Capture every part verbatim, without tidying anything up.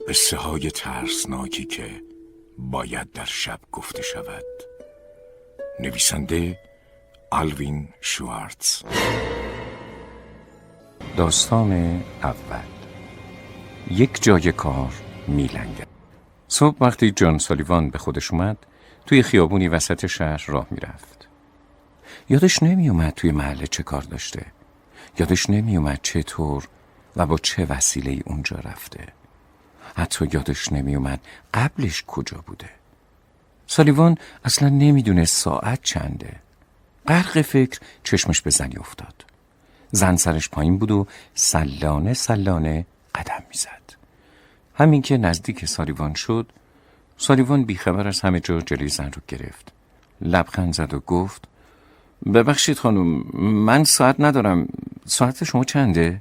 قصه های ترسناکی که باید در شب گفته شود. نویسنده آلوین شوارتز. داستان اول. یک جای کار میلنگد. صبح وقتی جان سالیوان به خودش اومد، توی خیابونی وسط شهر راه میرفت. یادش نمی اومد توی محله چه کار داشته. یادش نمی اومد چطور و با چه وسیله‌ای اونجا رفته. حتی یادش نمی اومد قبلش کجا بوده. سالیوان اصلا نمیدونه ساعت چنده. غرق فکر چشمش به زنی افتاد. زن سرش پایین بود و سلانه سلانه قدم میزد. همین که نزدیک سالیوان شد، سالیوان بیخبر از همه جا جلوی زن رو گرفت. لبخند زد و گفت: ببخشید خانم، من ساعت ندارم. ساعت شما چنده؟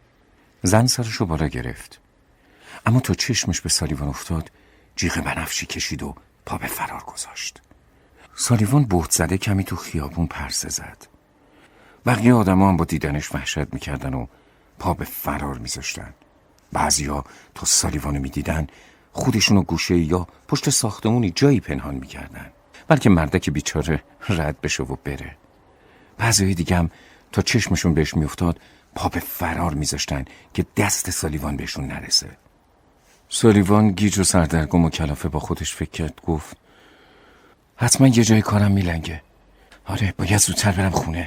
زن سرش رو بالا گرفت. اما تا چشمش به سالیوان افتاد، جیغ بنفشی کشید و پا به فرار گذاشت. سالیوان بهت زده کمی تو خیابون پرسه زد. بقیه آدم هم با دیدنش وحشت میکردن و پا به فرار میذاشتن. بعضیا تا سالیوانو میدیدن خودشونو گوشه یا پشت ساختمونی جایی پنهان میکردن، بلکه مردک بیچاره رد بشه و بره. بعضی دیگه هم تا چشمشون بهش میافتاد پا به فرار میذاشتن که دست سالیوان بهشون نرسه. سالیوان گیج و سردرگم و کلافه با خودش فکر کرد. گفت: حتما یه جای کارم میلنگه. آره، باید زودتر برم خونه.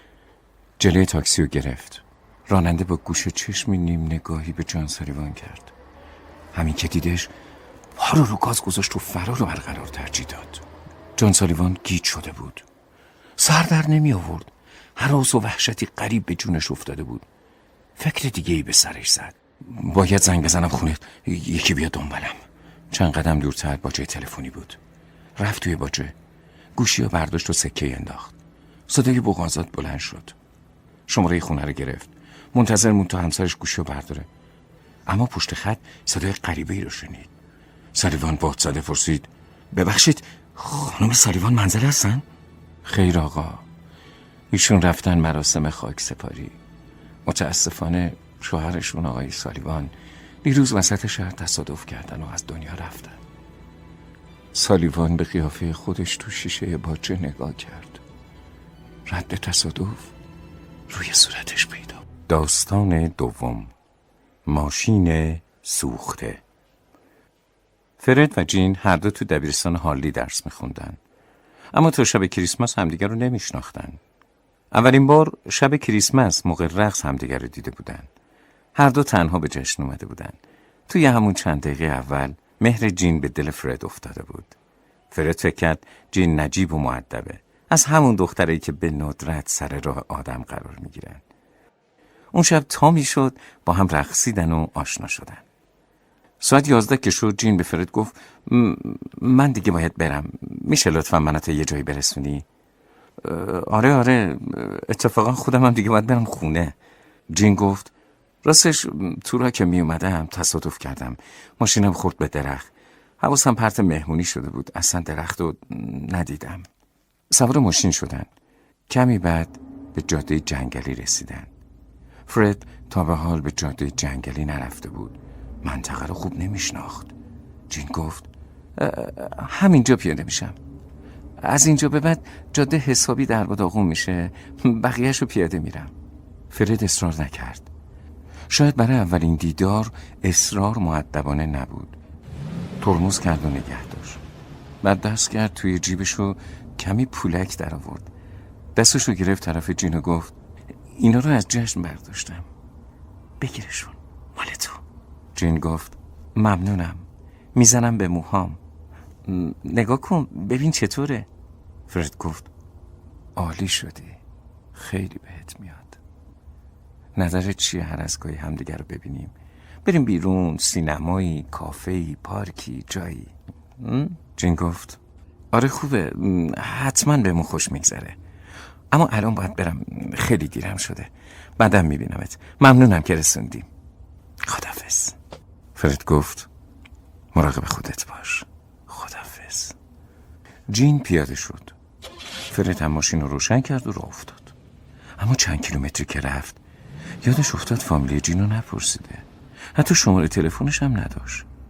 جلوی تاکسی رو گرفت. راننده با گوشه چشمی نیم نگاهی به جان سالیوان کرد. همین که دیدش پا رو رو گاز گذاشت و فرار رو برقرار ترجیح داد. جان سالیوان گیج شده بود. سر در نمی آورد. هراس و وحشتی غریب به جونش افتاده بود. فکر دیگه ای به سرش زد. باید زنگ بزنم خونه، یکی بیاد دنبالم. چند قدم دورتر باجه تلفنی بود. رفت توی باجه، گوشی رو برداشت و سکه انداخت. صدای بوغازات بلند شد. شماره خونه رو گرفت. منتظر موند تا همسرش گوشی رو برداره. اما پشت خط صدای غریبه‌ای رو شنید. سالیوان بهت زده پرسید: ببخشید، خانم سالیوان منزل هستن؟ خیر آقا، ایشون رفتن مراسم خاک سپاری. متاسفانه شوهرشون آقای سالیوان دیروز وسط شهر تصادف کردن و از دنیا رفتن. سالیوان به قیافه خودش تو شیشه باجه نگاه کرد. رد تصادف روی صورتش پیدا. داستان دوم. ماشین سوخته. فرد و جین هر دو تو دبیرستان هارلی درس میخوندن، اما تا شب کریسمس همدیگر رو نمیشناختن. اولین بار شب کریسمس موقع رقص همدیگر رو دیده بودن. هر دو تنها به جشن اومده بودن. توی همون چند دقیقه اول مهر جین به دل فرد افتاده بود. فرد فکر کرد جین نجیب و مؤدبه، از همون دختری که به ندرت سر راه آدم قرار میگیرن. اون شب تا میشد با هم رقصیدن و آشنا شدن. ساعت یازده که شد، جین به فرد گفت: من دیگه باید برم، میشه لطفا منو تا یه جایی برسونی؟ آره آره، اتفاقا خودم هم دیگه باید برم خونه. جین گفت: راستش تو را که می اومدم تصادف کردم، ماشینم خورد به درخت. حواسم پرت مهمونی شده بود، اصلا درخت رو ندیدم. سوار ماشین شدن. کمی بعد به جاده جنگلی رسیدن. فرد تا به حال به جاده جنگلی نرفته بود، منطقه رو خوب نمیشناخت. جین گفت: همینجا پیاده میشم. از اینجا به بعد جاده حسابی در و داغون میشه، بقیه‌شو پیاده میرم. فرد اصرار نکرد. شاید برای اولین دیدار اصرار مؤدبانه نبود. ترمز کرد و نگه داشت. بعد دست کرد توی جیبشو کمی پولک در آورد. دستشو گرفت طرف جین و گفت: اینا رو از جشن برداشتم، بگیرشون، مال تو. جین گفت: ممنونم، میزنم به موهام. نگاه کن ببین چطوره. فرد گفت: عالی شدی، خیلی بهت میاد. نظرت چیه هر از گاهی همدیگر رو ببینیم؟ بریم بیرون، سینمایی، کافه‌ای، پارکی، جایی. جین گفت: آره خوبه، حتما بهمون خوش میگذره، اما الان باید برم، خیلی دیرم شده. بعدم میبینمت. ممنونم که رسوندیم. خداحافظ. فرد گفت: مراقب خودت باش. خداحافظ. جین پیاده شد. فرد هم ماشین رو روشن کرد و راه افتاد. اما چند کیلومتری که رفت یادش افتاد فامیلی جین رو نپرسیده. حتی شماره تلفنش هم نداشت.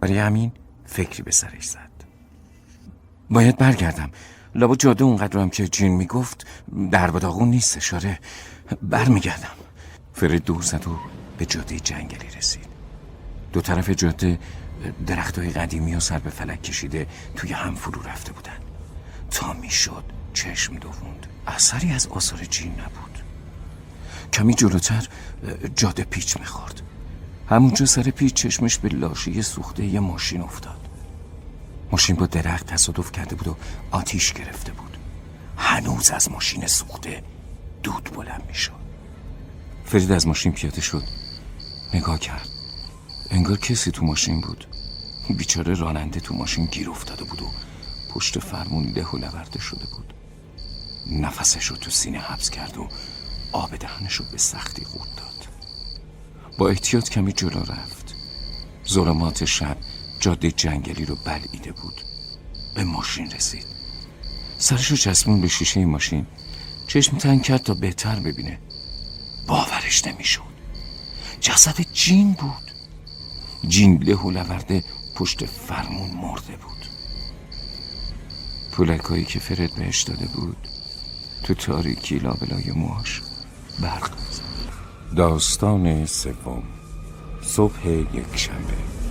برای همین فکری به سرش زد. باید برگردم. لابا جاده اونقدر هم که جین میگفت در به داغون نیست. اشاره برمیگردم. فرید دور زد و به جاده جنگلی رسید. دو طرف جاده درختای قدیمی و سر به فلک کشیده توی هم فرو رفته بودن. تا میشد چشم دووند. اثری از آثار جین نبود. کمی جلوتر جاده پیچ میخورد. همونجا سر پیچ چشمش به لاشه سوخته یه ماشین افتاد. ماشین با درخت تصادف کرده بود و آتیش گرفته بود. هنوز از ماشین سوخته دود بلند میشد. فرید از ماشین پیاده شد. نگاه کرد. انگار کسی تو ماشین بود. بیچاره راننده تو ماشین گیر افتاده بود و پشت فرمون له و لورده شده بود. نفسش رو تو سینه حبس کرد و آب دهنش رو به سختی قورت داد. با احتیاط کمی جلو رفت. ظلمات شب جاده جنگلی رو بلعیده بود. به ماشین رسید. سرش رو چسبون به شیشه ماشین. چشم تنگ کرد تا بهتر ببینه. باورش نمیشد. جسد جین بود. جین له و لورده پشت فرمون مرده بود. پولکایی که فرید بهش داده بود تو تاریکی لابلای موهاش برق زد. داستان سوم، صبح یک شنبه.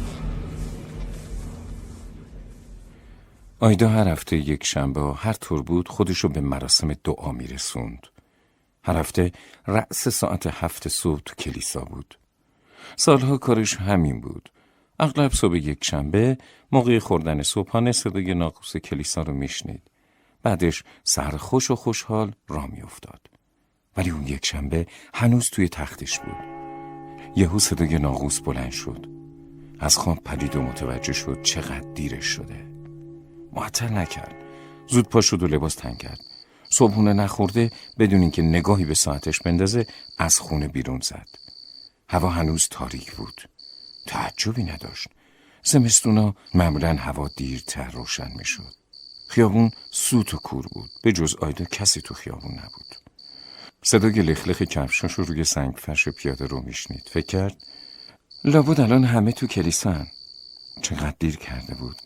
آیدا هر هفته یک شنبه هر طور بود خودشو به مراسم دعا میرسوند. هر هفته رأس ساعت هفت صبح تو کلیسا بود. سالها کارش همین بود. اغلب صبح یک شنبه موقع خوردن صبحانه صدای ناقوس کلیسا رو میشنید. بعدش سرخوش و خوشحال راه میافتاد. ولی اون یک شنبه هنوز توی تختش بود. یهو صدای ناقوس بلند شد. از خواب پرید و متوجه شد چقدر دیرش شده. معطل نکرد. زود پا شد و لباس تن کرد. صبحونه نخورده بدون اینکه نگاهی به ساعتش بندازه از خونه بیرون زد. هوا هنوز تاریک بود. تعجبی نداشت. زمستونا معمولاً هوا دیرتر روشن می شد. خیابون سوت و کور بود. به جز آیدا کسی تو خیابون نبود. صدای لخلخ کفشاش رو روی سنگ فرش پیاده رو میشنید. فکر کرد لابد الان همه تو کلیسان. چقدر دیر کرده بود.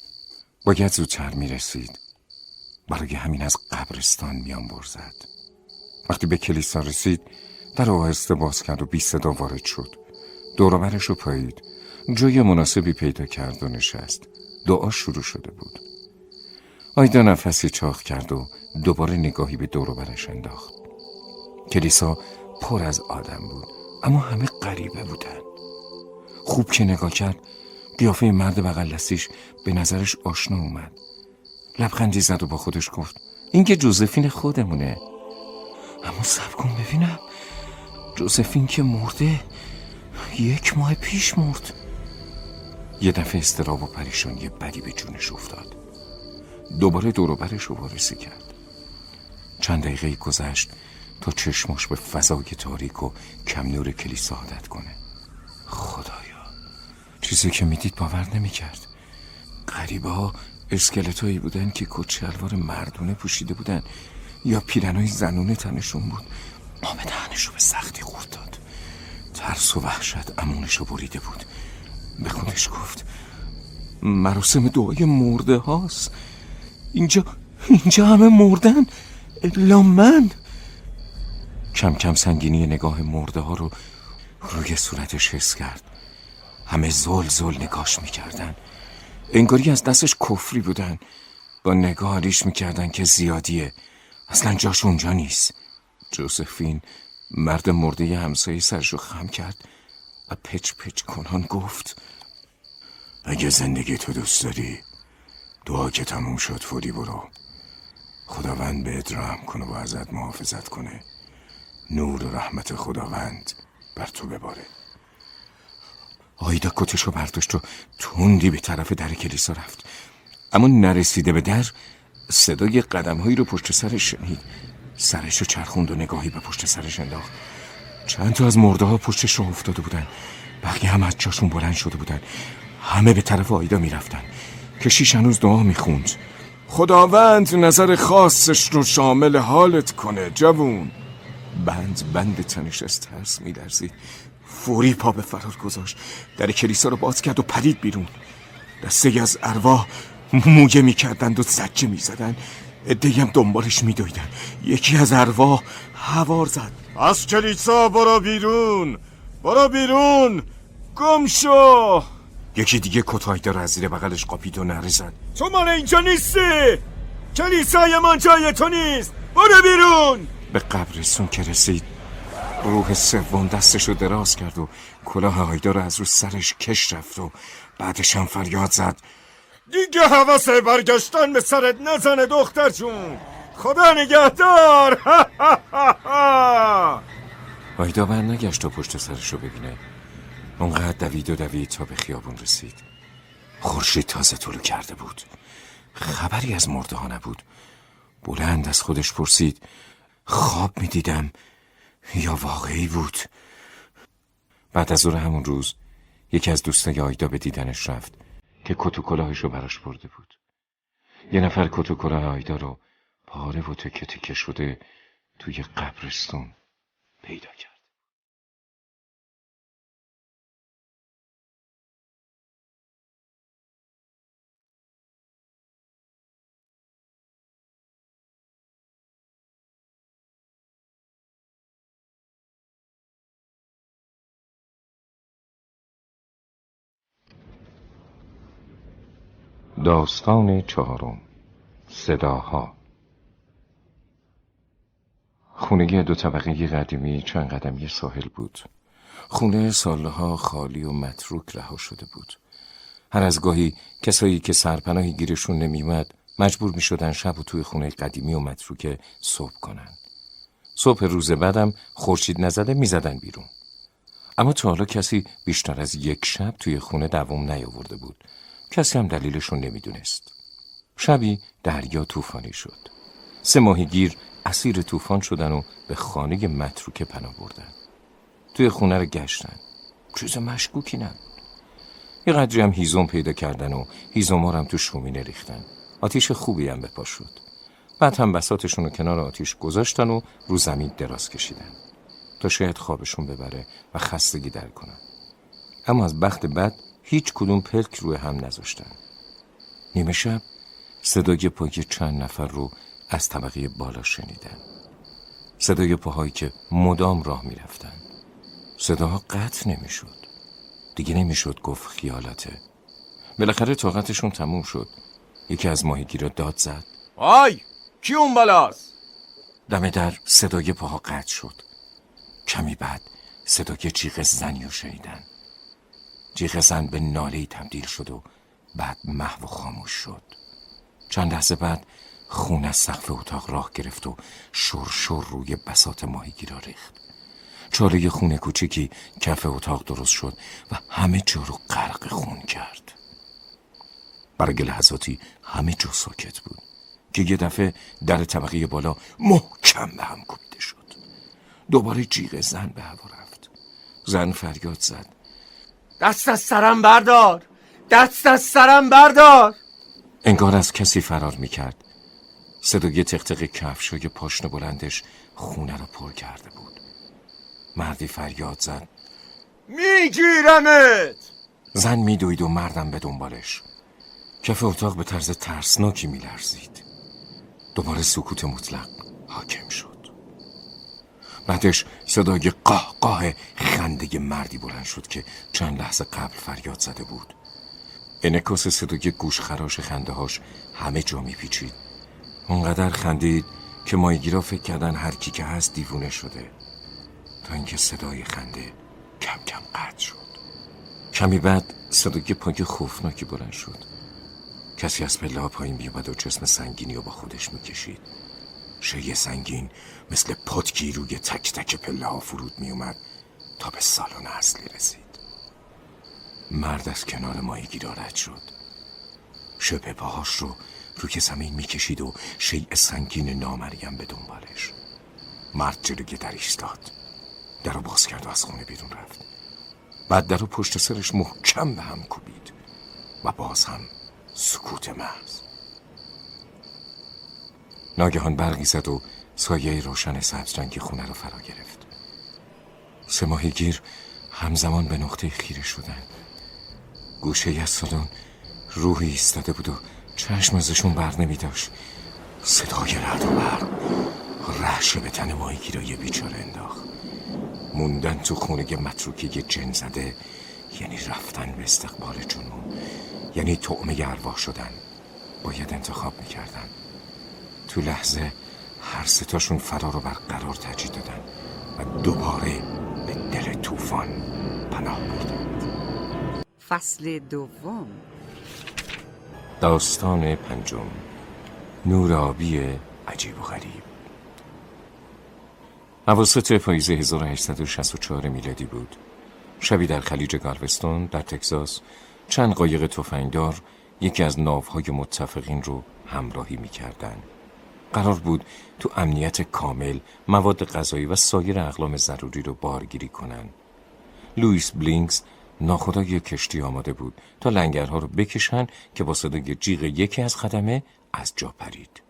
باید زودتر می رسید. برای همین از قبرستان میان برزد. وقتی به کلیسا رسید در آهسته باز کرد و بی صدا وارد شد. دور و برش رو پایید. جای مناسبی پیدا کرد و نشست. دعا شروع شده بود. آیدا نفسی چاق کرد و دوباره نگاهی به دور و برش انداخت. کلیسا پر از آدم بود، اما همه غریبه بودن. خوب که نگاه کرد قیافه مرد بغل دستیش به نظرش آشنا اومد. لبخندی زد و با خودش گفت این که جوزفین خودمونه. اما صبر کن ببینم، جوزفین که مرده یک ماه پیش مرد. یه دفعه اضطراب و پریشانی بدی به جونش افتاد. دوباره دور و برش رو وارسی کرد. چند دقیقه گذشت تا چشماش به فضای تاریک و کم نور کلیسا عادت کنه. خدایا، چیزی که میدید باور نمیکرد. غریبه ها اسکلتایی بودن که کت شلوار مردونه پوشیده بودن یا پیرنای زنونه تنشون بود. آب دهنش رو به سختی قورت داد. ترس و وحشت امونش رو بریده بود. به خودش گفت مراسم دعای مرده هاست. اینجا اینجا همه مردن الا من. کم کم سنگینی نگاه مرده ها رو روی صورتش حس کرد. همه زل زل نگاش میکردن. انگاری از دستش کفری بودن. با نگاه حالیش میکردن که زیادیه، اصلا جاش اونجا نیست. جوزفین مرد مرده همسایه سرشو خم کرد و پچ پچ کنان گفت اگه زندگی تو دوست داری دعا که تموم شد فوری برو. خداوند بهت رحم کنه و ازت محافظت کنه. نور و رحمت خداوند بر تو بباره. آیدا کتشو برداشت و تندی به طرف در کلیسا رفت. اما نرسیده به در صدای قدم‌هایی رو پشت سرش شنید. سرشو چرخوند و نگاهی به پشت سرش انداخت. چند تا از مرده ها پشتش رو افتاده بودن. بقیه هم از جاشون بلند شده بودن. همه به طرف آیدا میرفتن. کشیش هنوز دعا میخوند. خداوند نظر خاصش رو شامل حالت کنه جوون. بند بند تنش از ترس میلرزید. فوری پا به فرار گذاشت. در کلیسا رو باز کرد و پرید بیرون. دسته از ارواح مویه میکردند و زجه میزدند. عده‌ای هم دنبالش میدویدن. یکی از ارواح هوار زد: از کلیسا برو بیرون، برو بیرون، گم شو. یکی دیگه کتایدار از زیر بغلش قاپید و نره زد: تو مال اینجا نیستی، کلیسای من جای تو نیست، برو بیرون. به قبرستون که رسید، روح سوم دستشو دراز کرد و کلاه هایدار از رو سرش کش رفت و بعدش هم فریاد زد: دیگه حواسه برگشتن به سرت نزنه دختر جون، خدا نگهدار. هایدار بر نگشت و پشت سرشو ببینه. اونقدر دوید و دوید تا به خیابون رسید. خورشید تازه طلوع کرده بود. خبری از مرده ها نبود. بلند از خودش پرسید: خواب می دیدم یا واقعی بود؟ بعد از ظهر همون روز یکی از دوستای آیدا به دیدنش رفت که کت و کلاهشو براش برده بود. یه نفر کت و کلاه آیدا رو پاره و تکه تکه شده توی قبرستون پیدا کرد. داستان چهارم، صداها. خونه دو طبقه قدیمی چند قدمی ساحل بود. خونه سالها خالی و متروک رها شده بود. هر از گاهی کسایی که سرپناهی گیرشون نمیومد مجبور می شدن شب و توی خونه قدیمی و متروک صبح کنن. صبح روز بعدم خورشید نزده می زدن بیرون. اما تا حالا کسی بیشتر از یک شب توی خونه دوام نیاورده بود. کسی هم دلیلشون نمیدونست. شبی دریا طوفانی شد. سه ماهیگیر اسیر طوفان شدن و به خانه متروکه پناه بردن. توی خونه رو گشتن. چیز مشکوکی نبود. یه قدری هم هیزم پیدا کردن و هیزم‌ها رو هم تو شومینه ریختن. آتیش خوبی هم به پا شد. بعد هم بساطشون رو کنار آتیش گذاشتن و رو زمین دراز کشیدن تا شاید خوابشون ببره و خستگی در کنن. اما از بخت بد هیچ کدوم پلک روی هم نذاشتن. نیمه شب صدای پای چند نفر رو از طبقه بالا شنیدن. صدای پاهایی که مدام راه می رفتن. صداها قطع نمی شد. دیگه نمی شد گفت خیالته. بالاخره طاقتشون تموم شد. یکی از ماهیگیرا داد زد: آی! کی اون بالاست؟ دم در صدای پاها قطع شد. کمی بعد صدای جیغ زنی رو شنیدن. جیغ زن به ناله‌ای تبدیل شد و بعد محو و خاموش شد. چند لحظه بعد خون از سقف اتاق راه گرفت و شور شور روی بساط ماهیگیرا ریخت. چاله خون کوچیکی کف اتاق درست شد و همه جا رو غرق خون کرد. برای لحظاتی همه جا ساکت بود که یه دفعه در طبقه بالا محکم به هم کوبیده شد. دوباره جیغ زن به هوا رفت. زن فریاد زد: دست از سرم بردار! دست از سرم بردار! انگار از کسی فرار میکرد. صدای تق-تق کفشای پاشنه بلندش خونه رو پر کرده بود. مردی فریاد زد: میگیرمت! زن میدوید و مردم به دنبالش. کف اتاق به طرز ترسناکی میلرزید. دوباره سکوت مطلق حاکم شد. بعدش صدای قاه قاه خنده مردی بلند شد که چند لحظه قبل فریاد زده بود. انعکاس صدای گوشخراش خنده هاش همه جا میپیچید. اونقدر خندید که ماهیگیرا فکر کردن هر کی که هست دیوونه شده. تا اینکه صدای خنده کم کم قطع شد. کمی بعد صدای پای خوفناکی بلند شد. کسی از پله ها پایین میومد و جسم سنگینی رو با خودش میکشید. شیء سنگین مثل پتکی روی تک تک پله ها فرود میومد تا به سالن اصلی رسید. مرد از کنار ماهیگیرا رد شد. شبه پاهاش رو روی زمین میکشید و شیء سنگین نامریم به دنبالش. مرد جلوی در ایستاد. در رو باز کرد و از خونه بیرون رفت. بعد در رو پشت سرش محکم به هم کوبید و باز هم سکوت محض. ناگهان برقی زد و سایه روشن سبز رنگی خونه رو فرا گرفت. سه ماهیگیر همزمان به نقطه خیره شدن. گوشه از سالن روحی ایستاده بود و چشم ازشون بر نمی داشت. صدای رعد و برق رعشه به تن ماهیگیرای بیچاره انداخت. موندن تو خونه متروکه جن زده یعنی رفتن به استقبال جنون، یعنی طعمه ارواح شدن. باید انتخاب میکردن. تو لحظه هر ستاشون فرار رو برقرار ترجیح دادن و دوباره به دل طوفان پناه بردند. فصل دوم. داستان پنجم، نور آبی عجیب و غریب. اواسط پاییز هزار و هشتصد و شصت و چهار میلادی بود. شبی در خلیج گالوستون در تگزاس چند قایق تفنگدار یکی از ناوهای متفقین رو همراهی می‌کردن. قرار بود تو امنیت کامل مواد غذایی و سایر اقلام ضروری رو بارگیری کنن. لوئیس بلینکس ناخدای کشتی آماده بود تا لنگرها رو بکشن که با صدای جیغ یکی از خدمه از جا پرید.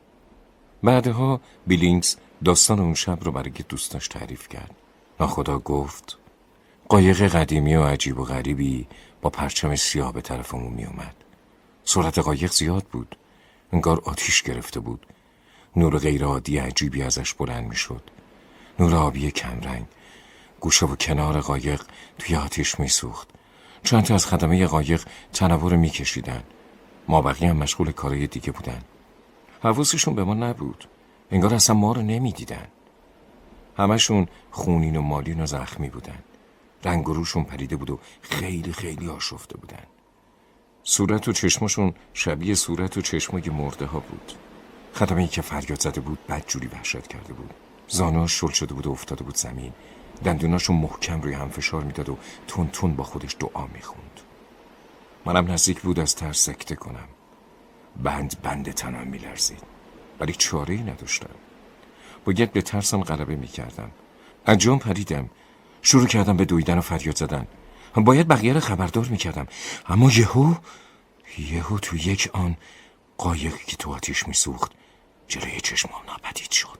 بعدها بلینکس داستان اون شب رو برای دوستاش تعریف کرد. ناخدا گفت قایق قدیمی و عجیب و غریبی با پرچم سیاه به طرفمون می اومد. سرعت قایق زیاد بود. انگار آتیش گرفته بود. نور غیر عادی عجیبی ازش بلند می شد. نور آبی کمرنگ. گوشه و کنار قایق توی آتیش می سوخت. چند تا از خدمه قایق تنوع رو می کشیدن. ما بقیه هم مشغول کارهای دیگه بودن. حواسشون به ما نبود. انگار اصلا ما رو نمی دیدن. همشون خونین و مالین و زخمی بودن. رنگ و روشون پریده بود و خیلی خیلی آشفته بودن. صورت و چشمشون شبیه صورت و چشمای مرده ها بود. خدمه‌ای که فریاد زده بود بدجوری وحشت کرده بود. زانوهاش شل شده بود و افتاده بود زمین. دندوناشون محکم روی هم فشار میداد و تون تون با خودش دعا میخوند. منم نزدیک بود از ترس سکته کنم. بند بند تنم میلرزید. ولی چاره‌ای نداشتم. باید به ترسم غلبه میکردم. از جام پریدم. شروع کردم به دویدن و فریاد زدن. باید بقیه رو خبردار میکردم. اما یهو یهو تو یک آن قایقی که تو آتیش میسوخت جلوی چشمام ناپدید شد.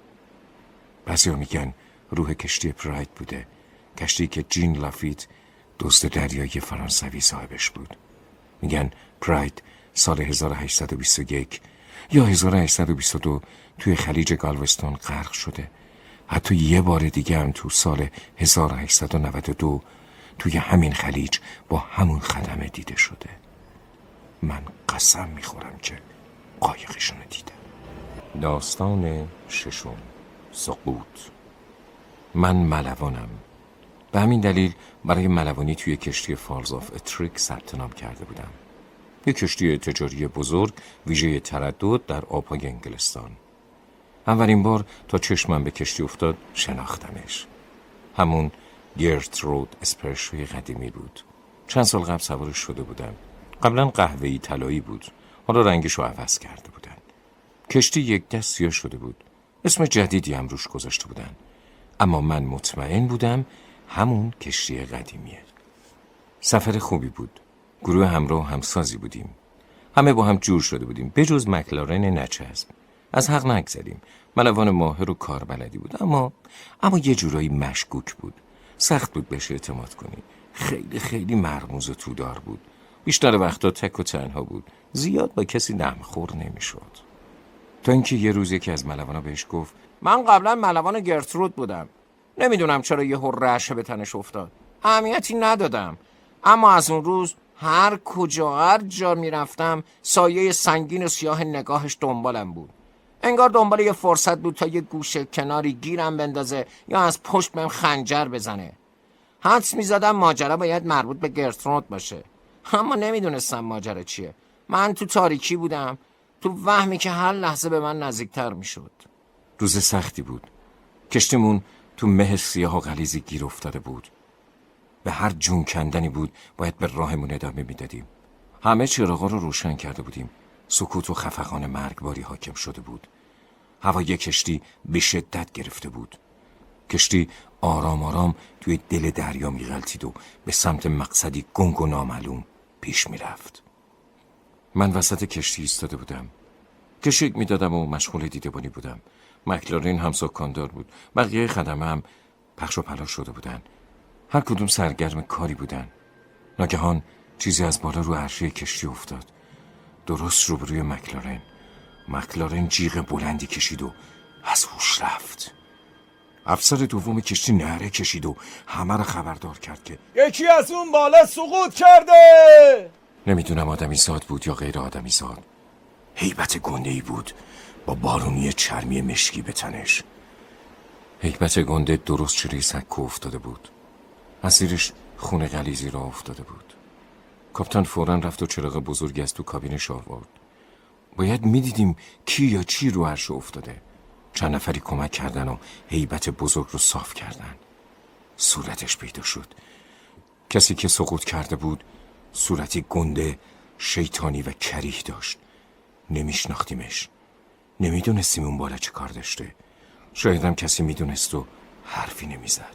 بعضیا میگن روح کشتی پراید بوده. کشتی که جین لافیت دوست دریایی فرانسوی صاحبش بود. میگن پراید سال هزار و هشتصد و بیست و یک یا هزار و هشتصد و بیست و دو توی خلیج گالوستون غرق شده. حتی یه بار دیگه هم تو سال هزار و هشتصد و نود و دو توی همین خلیج با همون خدمه دیده شده. من قسم میخورم که قایقشونو دیدم. داستان ششم، سقوط. من ملوانم. به همین دلیل برای ملوانی توی کشتی فالز آف اتریک ثبت نام کرده بودم. یک کشتی تجاری بزرگ ویژه تردد در آبهای انگلستان. اولین بار تا چشمم به کشتی افتاد شناختمش. همون گرترود اسپرشوی قدیمی بود. چند سال قبل سوارش شده بودم. قبلا قهوه‌ای طلایی بود. حالا رنگش رو عوض کرده بودن. کشتی یک دست سیاه شده بود. اسم جدیدی هم روش گذاشته بودن. اما من مطمئن بودم همون کشتی قدیمیه. سفر خوبی بود. گروه همراه همسازی بودیم. همه با هم جور شده بودیم. بجز مکلارن نچسب. از حق نگذریم. ملوان ماهر و کاربلدی بود. اما اما یه جورایی مشکوک بود. سخت بود بهش اعتماد کنی. خیلی خیلی مرموز و تودار بود. بیشتر وقتا تک و تنها بود. زیاد با کسی دمخور نمیشد. تا اینکه یه روز یکی از ملوانا بهش گفت من قبلا ملوان گرترود بودم. نمیدونم چرا یه رعشه به تنش افتاد. اهمیتی ندادم. اما از اون روز هر کجا هر جا میرفتم سایه سنگین و سیاه نگاهش دنبالم بود. انگار دنبال یه فرصت بود تا یه گوشه کناری گیرم بندازه یا از پشت بهم خنجر بزنه. حدس میزدم ماجرا باید مربوط به گرترود باشه. اما نمیدونستم ماجرا چیه. من تو تاریکی بودم، تو وهمی که هر لحظه به من نزدیکتر میشد. روز سختی بود. کشتیمون تو مه سیاه و غلیظی گیر افتاده بود. به هر جون کندنی بود باید به راهمون ادامه میدادیم. همه چراغا رو روشن کرده بودیم. سکوت و خفقان مرگباری حاکم شده بود. هوای کشتی به شدت گرفته بود. کشتی آرام آرام توی دل دریا میغلطید و به سمت مقصدی گنگ و نامعلوم پیش میرفت. من وسط کشتی ایستاده بودم. کشیک میدادم و مشغول دیده‌بانی بودم. مکلارین هم سکاندار بود. بقیه خدمه هم پخش و پلا شده بودن. هر کدوم سرگرم کاری بودن. ناگهان چیزی از بالا رو عرشه کشتی افتاد، درست روبروی مکلارن. مکلارن جیغ بلندی کشید و از هوش رفت. افسر دوم کشتی نعره کشید و همه را خبردار کرد که یکی از اون بالا سقوط کرده. نمیدونم آدمی زاد بود یا غیر آدمی زاد. هیبت گنده‌ای بود با بارونی چرمی مشکی به تنش. هیبت گنده درست جلوی سکو افتاده بود. از زیرش خون غلیظی را افتاده بود. کاپیتان فوراً رفت و چراغ بزرگی از تو کابینش آورد. باید میدیدیم کی یا چی رو عرشه افتاده. چند نفری کمک کردن و هیبت بزرگ رو صاف کردن. صورتش پیدا شد. کسی که سقوط کرده بود صورتی گنده، شیطانی و کریه داشت. نمیشناختیمش. نمیدونستیم اون بالا چه کار داشته. شایدم کسی میدونست و حرفی نمیزد.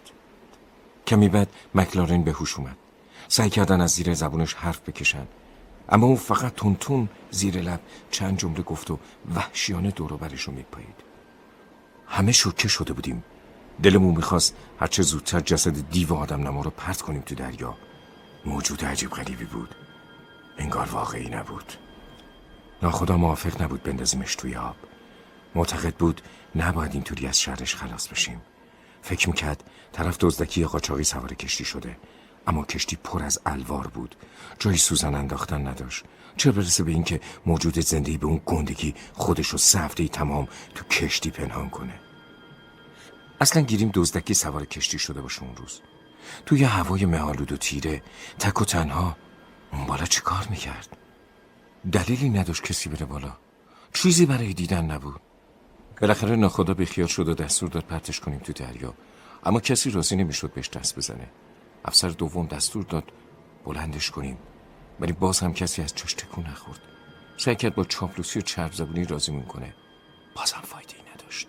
کمی بعد مکلارن به هوش اومد. سعی کردن از زیر زبونش حرف بکشن، اما اون فقط تون تون زیر لب چند جمله گفت و وحشیانه دور و برش رو میپایید. همه شوکه شده بودیم. دلمون میخواست هرچه زودتر جسد دیو آدم نما رو پرت کنیم تو دریا. موجود عجیب غریبی بود. انگار واقعی نبود. ناخدا موافق نبود بندازیمش توی آب. معتقد بود نباید اینطوری از شرش خلاص بشیم. فکر میکرد طرف دزدکی یا قاچاقی سوار کشتی شده، اما کشتی پر از الوار بود. جایی سوزن انداختن نداشت. چه برسه به این که موجود زنده‌ای به اون گندگی خودش رو سه هفته تمام تو کشتی پنهان کنه. اصلا گیریم دزدکی سوار کشتی شده باشه اون روز. توی هوای مه‌آلود و تیره تک و تنها اون بالا چه کار میکرد؟ دلیلی نداشت کسی بره بالا. چیزی برای دیدن نبود. بالاخره ناخدا بیخیال شد و دستور داد پرتش کنیم تو دریا، اما کسی راضی نمیشد بهش دست بزنه. افسر دوم دستور داد بلندش کنیم، ولی باز هم کسی از جاش تکون نخورد. سعی کرد با چاپلوسی و چرب زبونی راضیمون کنه، بازم فایده‌ای نداشت.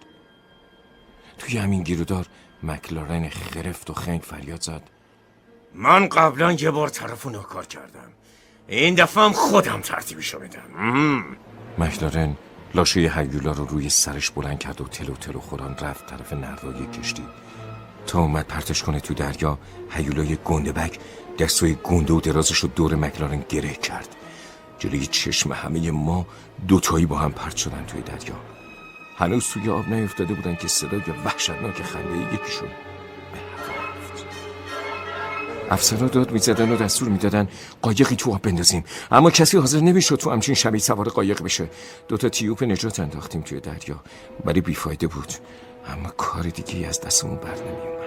توی همین گیرودار مکلارن خرفت و خنگ فریاد زد: من قبلا یه بار طرفو ناکار کردم، این دفعه هم خودم ترتیبشو میدم. مکلارن لاشه هیولا رو روی سرش بلند کرد و تلو تلو خوران رفت طرف نردای کشتی. تا اومد پرتش کنه تو دریا، هیولای گنده‌بک دستای گنده و درازش رو دور مکلارن گره کرد. جلوی چشم همه ما دوتایی با هم پرت شدن توی دریا. هنوز توی آب نیفتاده بودن که صدای وحشتناک خنده یکیشون به هوا رفت. افسرها داد میزدن و دستور میدادن قایقی تو آب بندازیم، اما کسی حاضر نمیشد تو همچین شبی سوار قایق بشه. دوتا تیوب نجات انداختیم توی دریا، ولی بیفایده بود. اما کار دیگه از دستمون بر نمیومد.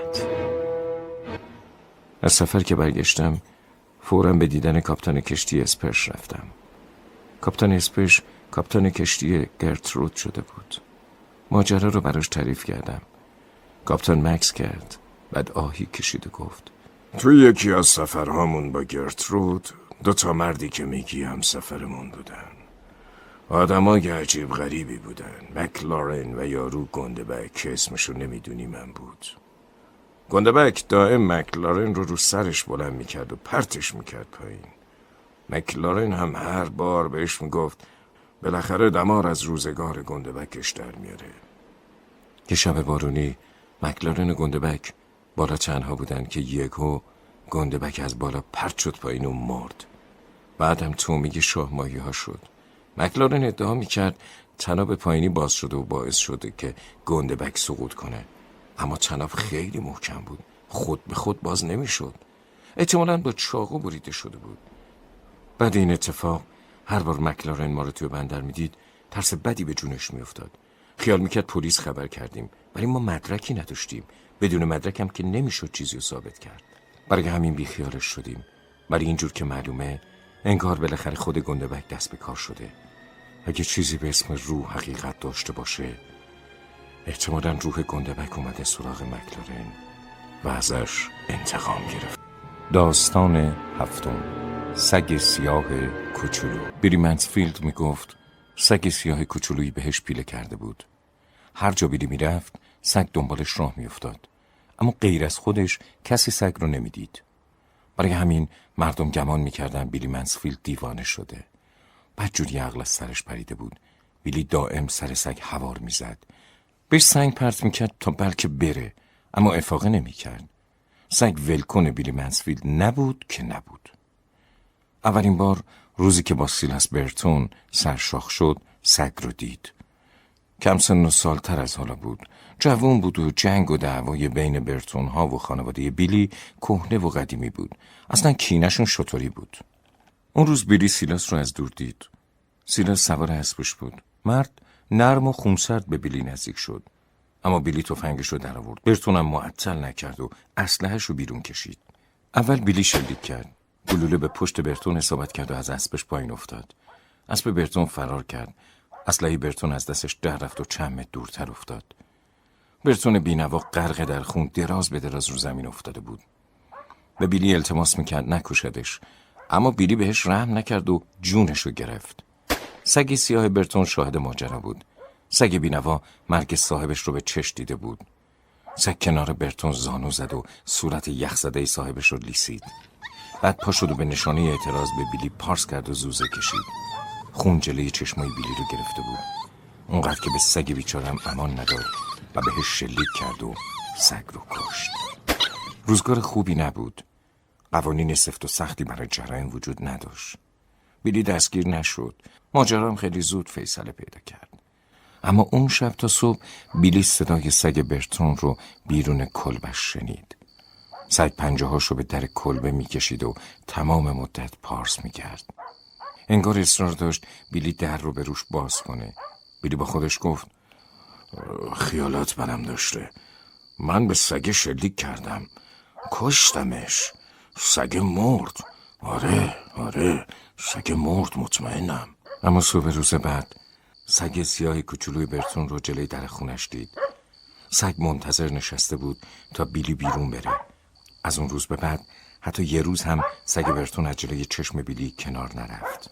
از سفر که برگشتم فوراً به دیدن کاپیتان کشتی اسپرش رفتم. کاپیتان اسپرش کاپیتان کشتی گرترود شده بود. ماجرا رو براش تعریف کردم. کاپیتان مکس کرد، بعد آهی کشید و گفت: توی یکی از سفرهامون با گرترود دو تا مردی که میگی هم سفرمون بودن. آدمای عجیب غریبی بودن. مکلارن و یارو گنده‌بک که اسمشو نمیدونی من بود. گنده‌بک دائم مکلارن رو رو سرش بلند میکرد و پرتش میکرد پایین. مکلارن هم هر بار بهش میگفت بالاخره دمار از روزگار گنده‌بکش در میاره. یه شب بارونی مکلارن و گنده‌بک بالا تنها بودن که یکو گنده‌بک از بالا پرت شد پایین و مرد. بعدم تومیگ شاه ماهی ها شد. مکلارن ادعا میکرد تناب پایینی باز شده و باعث شده که گنده‌بک سقوط کنه، اما تناب خیلی محکم بود، خود به خود باز نمیشد. احتمالاً با چاقو بریده شده بود. بعد این اتفاق هر بار مکلارن ما رو توی بندر میدید ترس بدی به جونش میافتاد. خیال میکرد پلیس خبر کردیم، ولی ما مدرکی نداشتیم. بدون مدرک هم که نمیشد چیزی رو ثابت کرد. برای همین بیخیالش شدیم. ولی اینجور که معلومه انگار بالاخره خود گنده‌بک دست به کار شده. اگه چیزی به اسم روح حقیقت داشته باشه، احتمالاً روح گنده‌بک اومده سراغ مکلارن و ازش انتقام گرفت. داستان هفتم، سگ سیاه کوچولو. بیلی منسفیلد میگفت سگ سیاه کوچولویی بهش پیله کرده بود. هر جا بیلی میرفت سگ دنبالش راه میافتاد، اما غیر از خودش کسی سگ رو نمیدید. برای همین مردم گمان میکردن بیلی منسفیلد دیوانه شده. بدجوری عقل از سرش پریده بود. بیلی دائم سر سگ هوار میزد. بهش سنگ پرت میکرد تا بلکه بره، اما افاقه نمیکرد. سگ ولکن بیلی منسفیلد نبود که نبود. اولین بار روزی که با سیلاس برتون سرشاخ شد سگ رو دید. کم سن و سالتر از حالا بود. جوان بود و جنگ و دعوای بین برتون ها و خانواده بیلی کهنه و قدیمی بود. اصلا کینشون شطوری بود. اون روز بیلی سیلاس رو از دور دید. سیلاس سوار اسبش بود. مرد نرم و خونسرد به بیلی نزدیک شد. اما بیلی تفنگش رو در آورد. برتون هم معطل نکرد و اسلحه‌اش رو بیرون کشید. اول بیلی شلیک کرد. گلوله به پشت برتون اصابت کرد و از اسبش پایین افتاد. اسب برتون فرار کرد. اسلحه برتون از دستش در رفت و چند متر دورتر افتاد. برتون بی‌نوا غرق در خون دراز به دراز رو زمین افتاده بود. به بیلی التماس میکرد نکشدش، اما بیلی بهش رحم نکرد و جونش رو گرفت. سگ سیاه برتون شاهد ماجرا بود. سگ بی‌نوا مرگ صاحبش رو به چشم دیده بود. سگ کنار برتون زانو زد و صورت یخزده صاحبش رو لیسید. بعد پا شد و به نشانه اعتراض به بیلی پارس کرد و زوزه کشید. خون جلوی چشمای بیلی رو گرفته بود. اونقدر که به سگ بیچارم امان نداد و بهش شلیک کرد و سگ رو کشت. روزگار خوبی نبود. قوانین سفت و سختی برای جرایم وجود نداشت. بیلی دستگیر نشد. ماجرا هم خیلی زود فیصله پیدا کرد. اما اون شب تا صبح بیلی صدای سگ برتون رو بیرون کلبش شنید. سگ پنجه‌هاشو به در کلبه میکشید و تمام مدت پارس میکرد. انگار اصرار داشت بیلی در رو به روش باز کنه. بیلی با خودش گفت خیالات برم داشته. من به سگ شلیک کردم، کشتمش. سگ مرد. آره آره سگ مرد، مطمئنم. اما صبح روز بعد سگ سیاه کوچولوی برتون رو جلوی در خونش دید. سگ منتظر نشسته بود تا بیلی بیرون بره. از اون روز به بعد حتی یه روز هم سگ برتون از جلوی چشم بیلی کنار نرفت.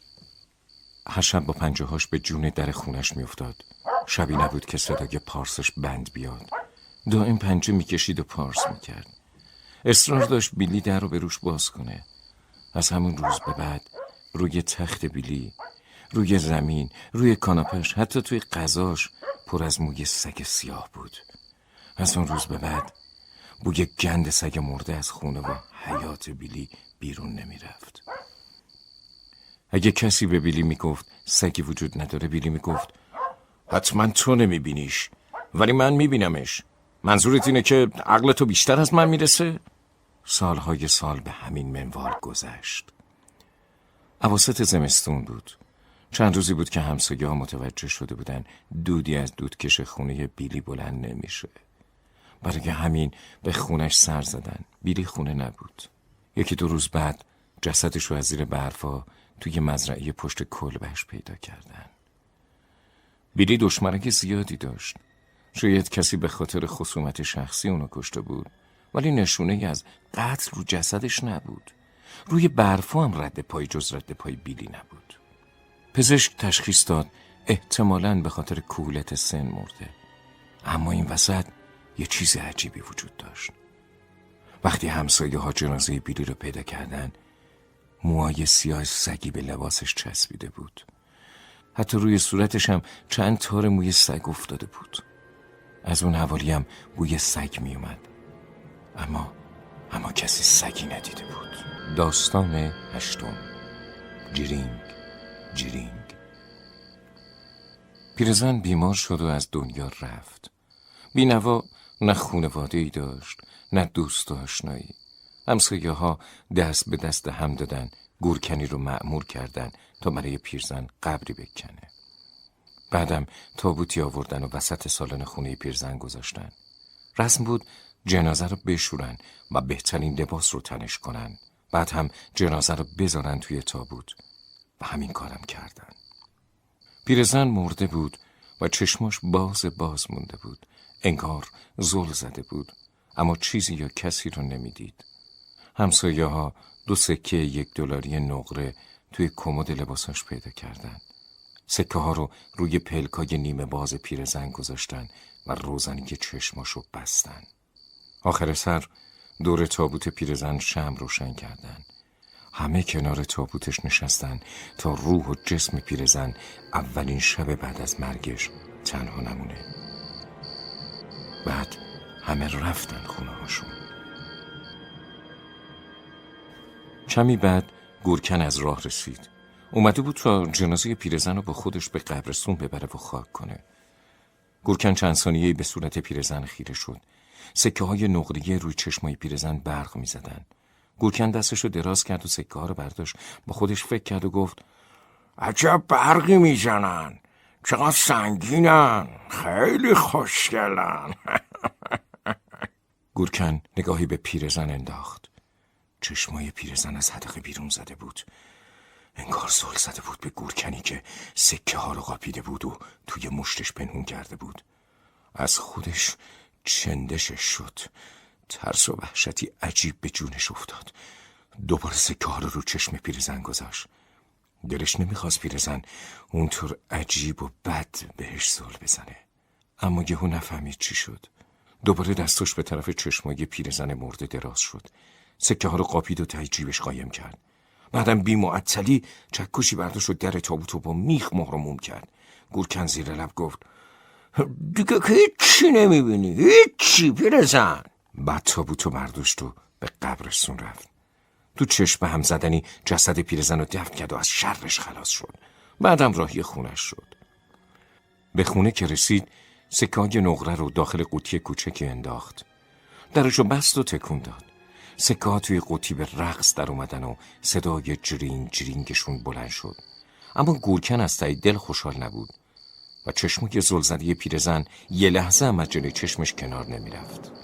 هر شب با پنجه‌هاش به جون در خونش میافتاد. شبی نبود که صدای پارسش بند بیاد. دائم پنجه میکشید و پارس میکرد. اصرار داشت بیلی در رو به روش باز کنه. از همون روز به بعد روی تخت بیلی، روی زمین، روی کاناپش، حتی توی غذاش پر از موی سگ سیاه بود. از اون روز به بعد بوی گند سگ مرده از خونه و حیات بیلی بیرون نمی رفت. اگه کسی به بیلی می گفت سگی وجود نداره، بیلی می گفت حتما تو نمی بینیش، ولی من می بینمش. منظورت اینه که عقل تو بیشتر از من میرسه؟ سالهای سال به همین منوال گذشت. اواسط زمستون بود. چند روزی بود که همسایه ها متوجه شده بودن دودی از دودکش خونه بیلی بلند نمیشه. برای همین به خونش سر زدن. بیلی خونه نبود. یکی دو روز بعد جسدش رو از زیر برفا توی مزرعه پشت کلبهش پیدا کردن. بیلی دشمنک زیادی داشت. شاید کسی به خاطر خصومت شخصی اونو کشته بود، ولی نشونه از قتل رو جسدش نبود. روی برفا هم رد پای جز رد پای بیلی نبود. پزشک تشخیص داد احتمالاً به خاطر کولت سن مرده. اما این وسط یه چیز عجیبی وجود داشت. وقتی همسایه ها جنازه بیلی رو پیدا کردن، موهای سیاه سگی به لباسش چسبیده بود. حتی روی صورتش هم چند تار موی سگ افتاده بود. از اون حوالی هم بوی سگ می اومد. اما اما کسی سگی ندیده بود. داستان هشتم، جرینگ جرینگ. پیرزن بیمار شد و از دنیا رفت. بی‌نوا نه خانواده‌ای داشت، نه دوست و آشنایی. همسایه ها دست به دست هم دادن، گورکنی رو مأمور کردن تا برای پیرزن قبری بکنه. بعدم تابوتی آوردن و وسط سالن خونه پیرزن گذاشتن. رسم بود جنازه رو بشورن و بهترین لباس رو تنش کنن. بعد هم جنازه رو بذارن توی تابوت و همین کارم کردن. پیرزن مرده بود و چشماش باز باز مونده بود. انگار زل زده بود، اما چیزی یا کسی رو نمیدید. همسایه ها دو سکه یک دلاری نقره توی کمد لباساش پیدا کردن. سکه ها رو روی پلکای نیمه باز پیرزن گذاشتن و روزنی چشماشو بستن. آخر سر دور تابوت پیرزن شمع روشن کردن. همه کنار تابوتش نشستن تا روح و جسم پیرزن اولین شب بعد از مرگش تنها نمونه. بعد همه رفتن خونه هاشون. کمی بعد گورکن از راه رسید. اومده بود تا جنازه پیرزن رو با خودش به قبرستون ببره و خاک کنه. گورکن چند ثانیه‌ای به صورت پیرزن خیره شد. سکه های نقره‌ای روی چشمای پیرزن برق می زدن. گورکن دستشو دراز کرد و سکه ها رو برداشت. با خودش فکر کرد و گفت عجب برقی میزنن، چقدر سنگینن، خیلی خوشگلن. گورکن نگاهی به پیرزن انداخت. چشمای پیرزن از حدقه بیرون زده بود. انگار زل زده بود به گورکنی که سکه ها رو قاپیده بود و توی مشتش پنهون کرده بود. از خودش چندشش شد. ترس و وحشتی عجیب به جونش افتاد. دوباره سکه ها رو رو چشم پیرزن گذاشت. دلش نمیخواست پیرزن اونطور عجیب و بد بهش زل بزنه. اما یهو نفهمید چی شد. دوباره دستش به طرف چشمای پیرزن مرده دراز شد. سکه ها رو قاپید و ته جیبش قایم کرد. بعدم بی معطلی چکشی برداشت و در تابوت رو با میخ مهر و موم کرد. گورکن زیر لب گفت دیگه که هیچی نمیبینی، هیچی پیرزن. بعد تابوت رو برداشت و به قبرستون رفت. تو چشم هم زدنی جسد پیرزن رو دفن کرد و از شرش خلاص شد. بعدم راهی خونش شد. به خونه که رسید سکه نقره رو داخل قوطی کوچکی انداخت. درشو بست و تکون داد. سکه ها توی قوطی به رقص در اومدن و صدای جرینگ جرینگشون بلند شد. اما گورکن از ته دل خوشحال نبود و چشموی زلزده پیرزن یه لحظه هم از جلوی چشمش کنار نمی رفت.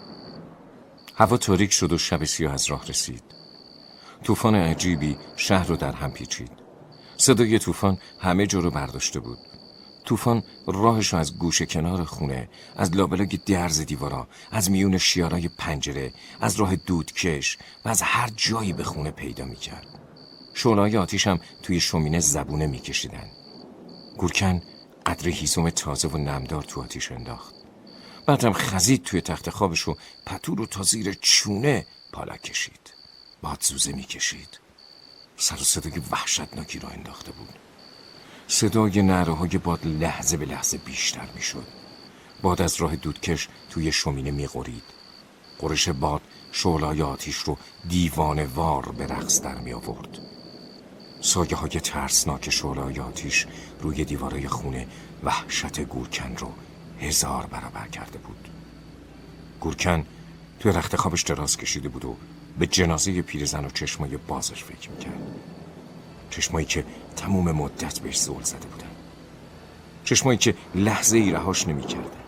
هوا تاریک شد و شب سیاه از راه رسید. طوفان عجیبی شهر رو در هم پیچید. صدای طوفان همه جا رو برداشته بود. طوفان راهش رو از گوشه کنار خونه، از لابلای درز دیوارا، از میون شیارای پنجره، از راه دودکش و از هر جایی به خونه پیدا میکرد. شعله‌های آتیش هم توی شومینه زبونه میکشیدن. گورکن قدر هیزم تازه و نمدار تو آتیش انداخت. بعدم خزید توی تخت خوابش و پتو رو تا زیر چونه پالا کشید. باد زوزه میکشید. سر و صدای وحشتناکی را انداخته بود. صدای نعره های باد لحظه به لحظه بیشتر می شد. باد از راه دودکش توی شومینه می غرید. غرش باد شعله‌های آتیش رو دیوانه وار به رقص در می آورد. سایه های ترسناک شعله‌های آتیش روی دیوارای خونه وحشت گورکن رو هزار برابر کرده بود. گورکن توی رخت خوابش دراز کشیده بود و به جنازه پیرزن و چشمای بازش فکر می کرد. چشمایی که تموم مدت بهش زل زده بودن. چشمایی که لحظه ای رهاش نمی کردن.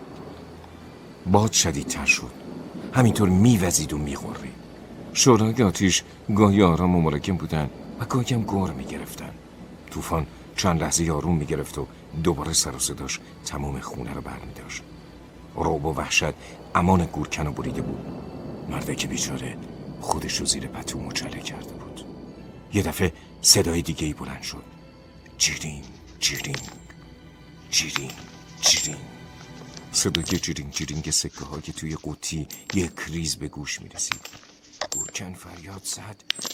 باد شدیدتر شد. همینطور می وزید و می غرید. شعله‌های آتیش گاهی آرام و ملایم بودن و گاهی هم گر می گرفتن. طوفان چند لحظه آروم می گرفت و دوباره سر و صداش تمام خونه رو برمی داشت. رعب و وحشت امان گورکن رو بریده بود. مرده که بیچاره خودش رو زیر پتو مچاله کرده بود. یه دفعه صدای دیگه ای بلند شد. جیرین جیرین جیرین جیرین. صدای جیرین جیرینگ سکه ها که توی قوطی یک ریز به گوش می رسید. گورکن فریاد زد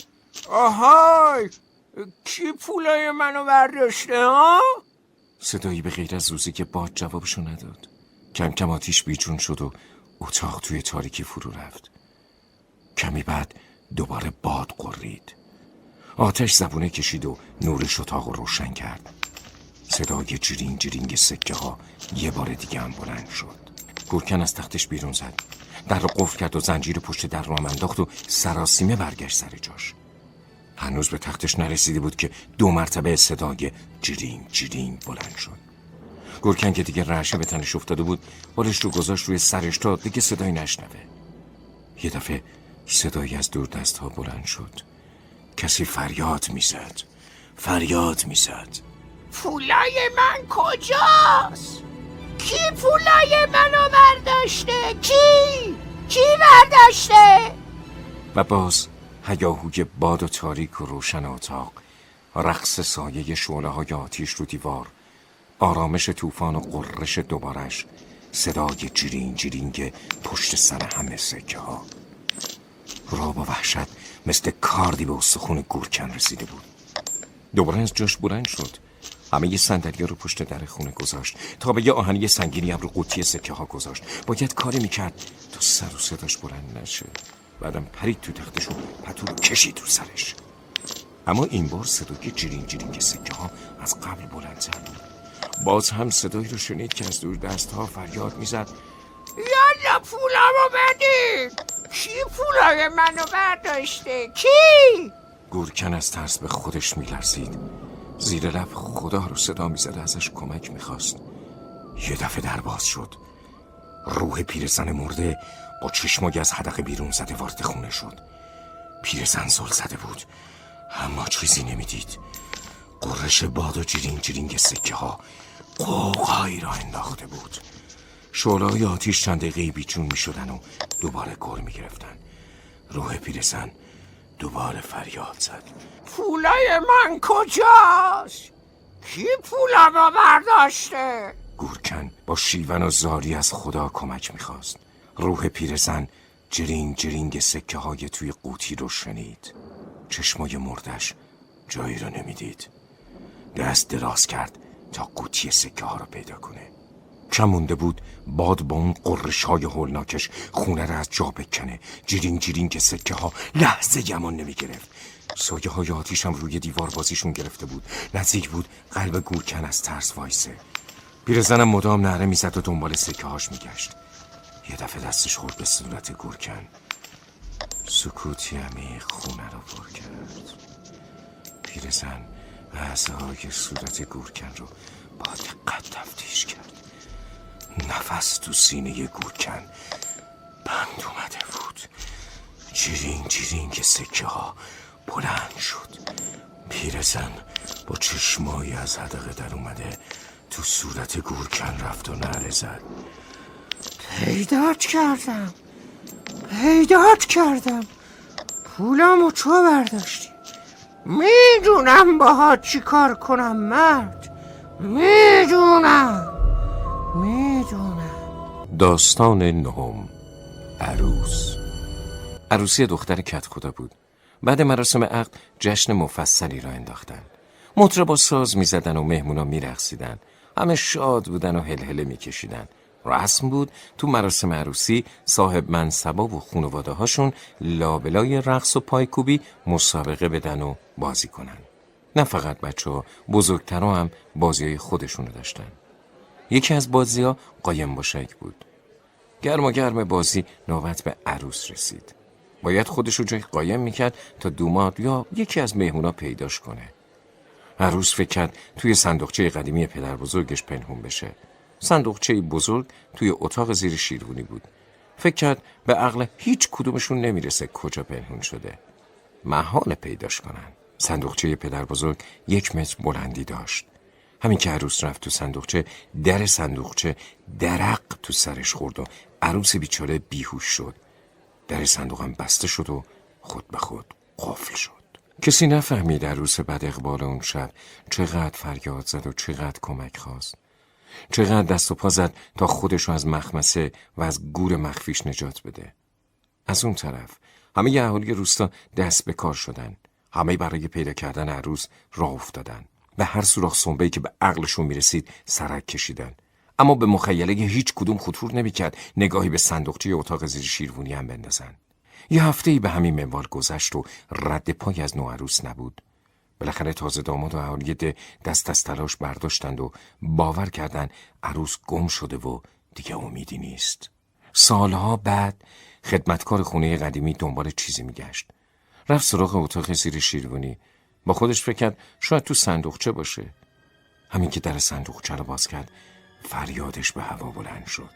آهای، کی پولای منو برداشته ها؟ صدایی به غیر از زوزه که باد جوابشو نداد. کم کم آتیش بیجون شد و اتاق توی تاریکی فرو رفت. کمی بعد دوباره باد قرید. آتش زبونه کشید و نورش اتاق رو روشن کرد. صدای جرینگ جرینگ سکه ها یه بار دیگه هم بلند شد. گورکن از تختش بیرون زد. در رو قفل کرد و زنجیر پشت در رو انداخت و سراسیمه برگشت سر جاش. هنوز به تختش نرسیده بود که دو مرتبه صدای جرینگ جرینگ بلند شد. گورکن که دیگه رعشه به تنش افتاده بود بالش رو گذاشت روی سرش تا دیگه صدایی نشنوه. یه دفعه صدایی از دور دست ها بلند شد. کسی فریاد میزد. فریاد میزد پولای من کجاست؟ کی پولای منو برداشته؟ کی؟ کی برداشته؟ و باز هیاهوی باد و تاریک و روشن اتاق، رقص سایه شعله های آتیش رو دیوار، آرامش طوفان و قررش دوبارش، صدای جرینگ جرینگ پشت سر همه سکه ها. رعب و وحشت مثل کاردی به استخون گورکن رسیده بود. دوباره از جاش بلند شد. همه ی صندلی‌ها رو پشت در خونه گذاشت. تا به یه آهنی سنگینی هم رو قوطی سکه ها گذاشت. باید کاری میکرد تا سر و صداش بلند نشه. بعدم پرید تو تختش و پتو رو کشید تو سرش. اما این بار صدای جرین جرینگ سکه ها از قبل بلندتر بود. باز هم صدایی رو شنید که از دور دست ها فریاد میزد یالا پولمو بدین. کی پولای منو برداشته؟ کی؟ گورکن از ترس به خودش میلرزید. زیر لب خدا رو صدا میزد، ازش کمک میخواست. یه دفعه در باز شد. روح پیرزن مرده با چشمایی از حدقه بیرون زده وارد خونه شد. پیرزن زل زده بود اما چیزی نمیدید. قررش باد و جرینگ جرینگ سکه ها قوقایی را انداخته بود. شعله‌های آتیش چند دقیقه بیچون میشدن و دوباره گر میگرفتن. روح پیرزن دوباره فریاد زد پولای من کجاست؟ کی پولمو برداشته؟ گورکن با شیون و زاری از خدا کمک میخواست. روح پیرزن جرینگ جرینگ سکه های توی قوطی رو شنید. چشمای مردش جایی رو نمیدید. دست دراز کرد تا قوطی سکه ها رو پیدا کنه. کم مونده بود باد با اون قررش های هولناکش خونه رو از جا بکنه. جرینگ جرینگ سکه ها لحظه گمان نمی گرفت. سایه های آتیش هم روی دیوار بازیشون گرفته بود. نزدیک بود قلب گورکن از ترس وایسه. پیرزنم مدام نعره میزد و دنبال سکه هاش میگشت. یه دفعه دستش خورد به صورت گورکن. سکوتی عمیق خونه رو پر کرد. پیرزن اعضای صورت گورکن رو با دقت تفتیش کرد. نفس تو سینه گورکن بند اومده بود. جرینگ جرینگ سکه ها بلند شد. پیرزن با چشمایی از حدقه در اومده تو صورت گورکن رفت و نعره زد پیدات کردم پیدات کردم پولمو تو برداشتی. میدونم باها چی کار کنم مرد. میدونم میدونم داستان نهم، عروس. عروسی دختر کت خدا بود. بعد مراسم عقد جشن مفصلی را انداختن. مطربا ساز میزدن و مهمونا میرقصیدن. همه شاد بودن و هلهله میکشیدن. رسم بود تو مراسم عروسی صاحب منصبا و خانواده هاشون لابلای رقص و پایکوبی مسابقه بدن و بازی کنن. نه فقط بچه ها، بزرگترها هم بازی های خودشونو داشتن. یکی از بازی ها قایم باشک بود. گرم و گرم بازی نوبت به عروس رسید. باید خودشو جای قایم میکرد تا دوماد یا یکی از مهمونا پیداش کنه. عروس فکر کرد توی صندوقچه قدیمی پدر بزرگش پنهون بشه. صندوقچه بزرگ توی اتاق زیر شیروانی بود. فکر کرد به عقل هیچ کدومشون نمیرسه کجا پنهون شده. محال پیداش کنن. صندوقچه پدر بزرگ یک متر بلندی داشت. همین که عروس رفت تو صندوقچه، در صندوقچه درق تو سرش خورد و عروس بیچاره بیهوش شد. در صندوقم بسته شد و خود به خود قفل شد. کسی نفهمید عروس بد اقبال اون شب چقدر فریاد زد و چقدر کمک خواست. چقدر دست و پا زد تا خودشو از مخمسه و از گور مخفیش نجات بده. از اون طرف همه اهالی روستا دست به کار شدن. همه برای پیدا کردن عروس راه افتادن. به هر سوراخ سنبه‌ای که به عقلشون میرسید سرک کشیدن. اما به مخیله هیچ کدوم خطور نمیکرد نگاهی به صندوقچه اتاق زیر شیروانی هم بندازن. یه هفته‌ای به همین منوال گذشت و رد پای از نوعروس نبود. بالاخره تازه داماد و اهالی ده دست از تلاش برداشتند و باور کردند عروس گم شده و دیگه امیدی نیست. سالها بعد خدمتکار خونه قدیمی دنبال چیزی میگشت. رفت سراغ اتاق زیر شیروانی. با خودش فکر کرد شاید تو صندوقچه باشه. همین که در صندوقچه رو باز کرد فریادش به هوا بلند شد.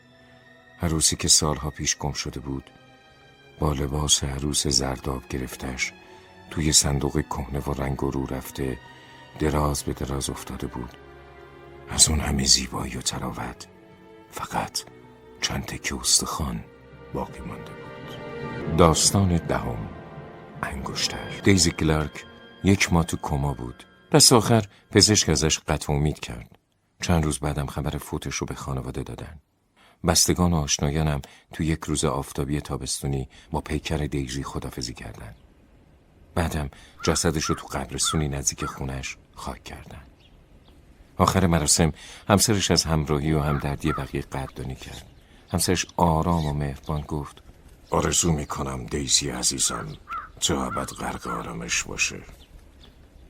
عروسی که سالها پیش گم شده بود با لباس عروس زرداب گرفتش توی صندوق کهنه و رنگ و رو رفته دراز به دراز افتاده بود. از اون همه زیبایی و تراوت فقط چند تکه استخوان باقی مانده بود. داستان دهم، انگشتر. دیزی کلارک یک ماه تو کما بود. دست آخر پزشک ازش قطع امید کرد. چند روز بعدم خبر فوتش رو به خانواده دادن. بستگان و آشنایانم تو یک روز آفتابی تابستونی با پیکر دیزی خدافزی کردن. بعدم جسدش رو تو قبرستونی نزدیک خونش خاک کردن. آخر مراسم همسرش از همراهی و همدردی بقیه قدردانی کرد. همسرش آرام و مهربان گفت آرزو میکنم دیزی عزیزم تا ابد غرق آرامش باشه.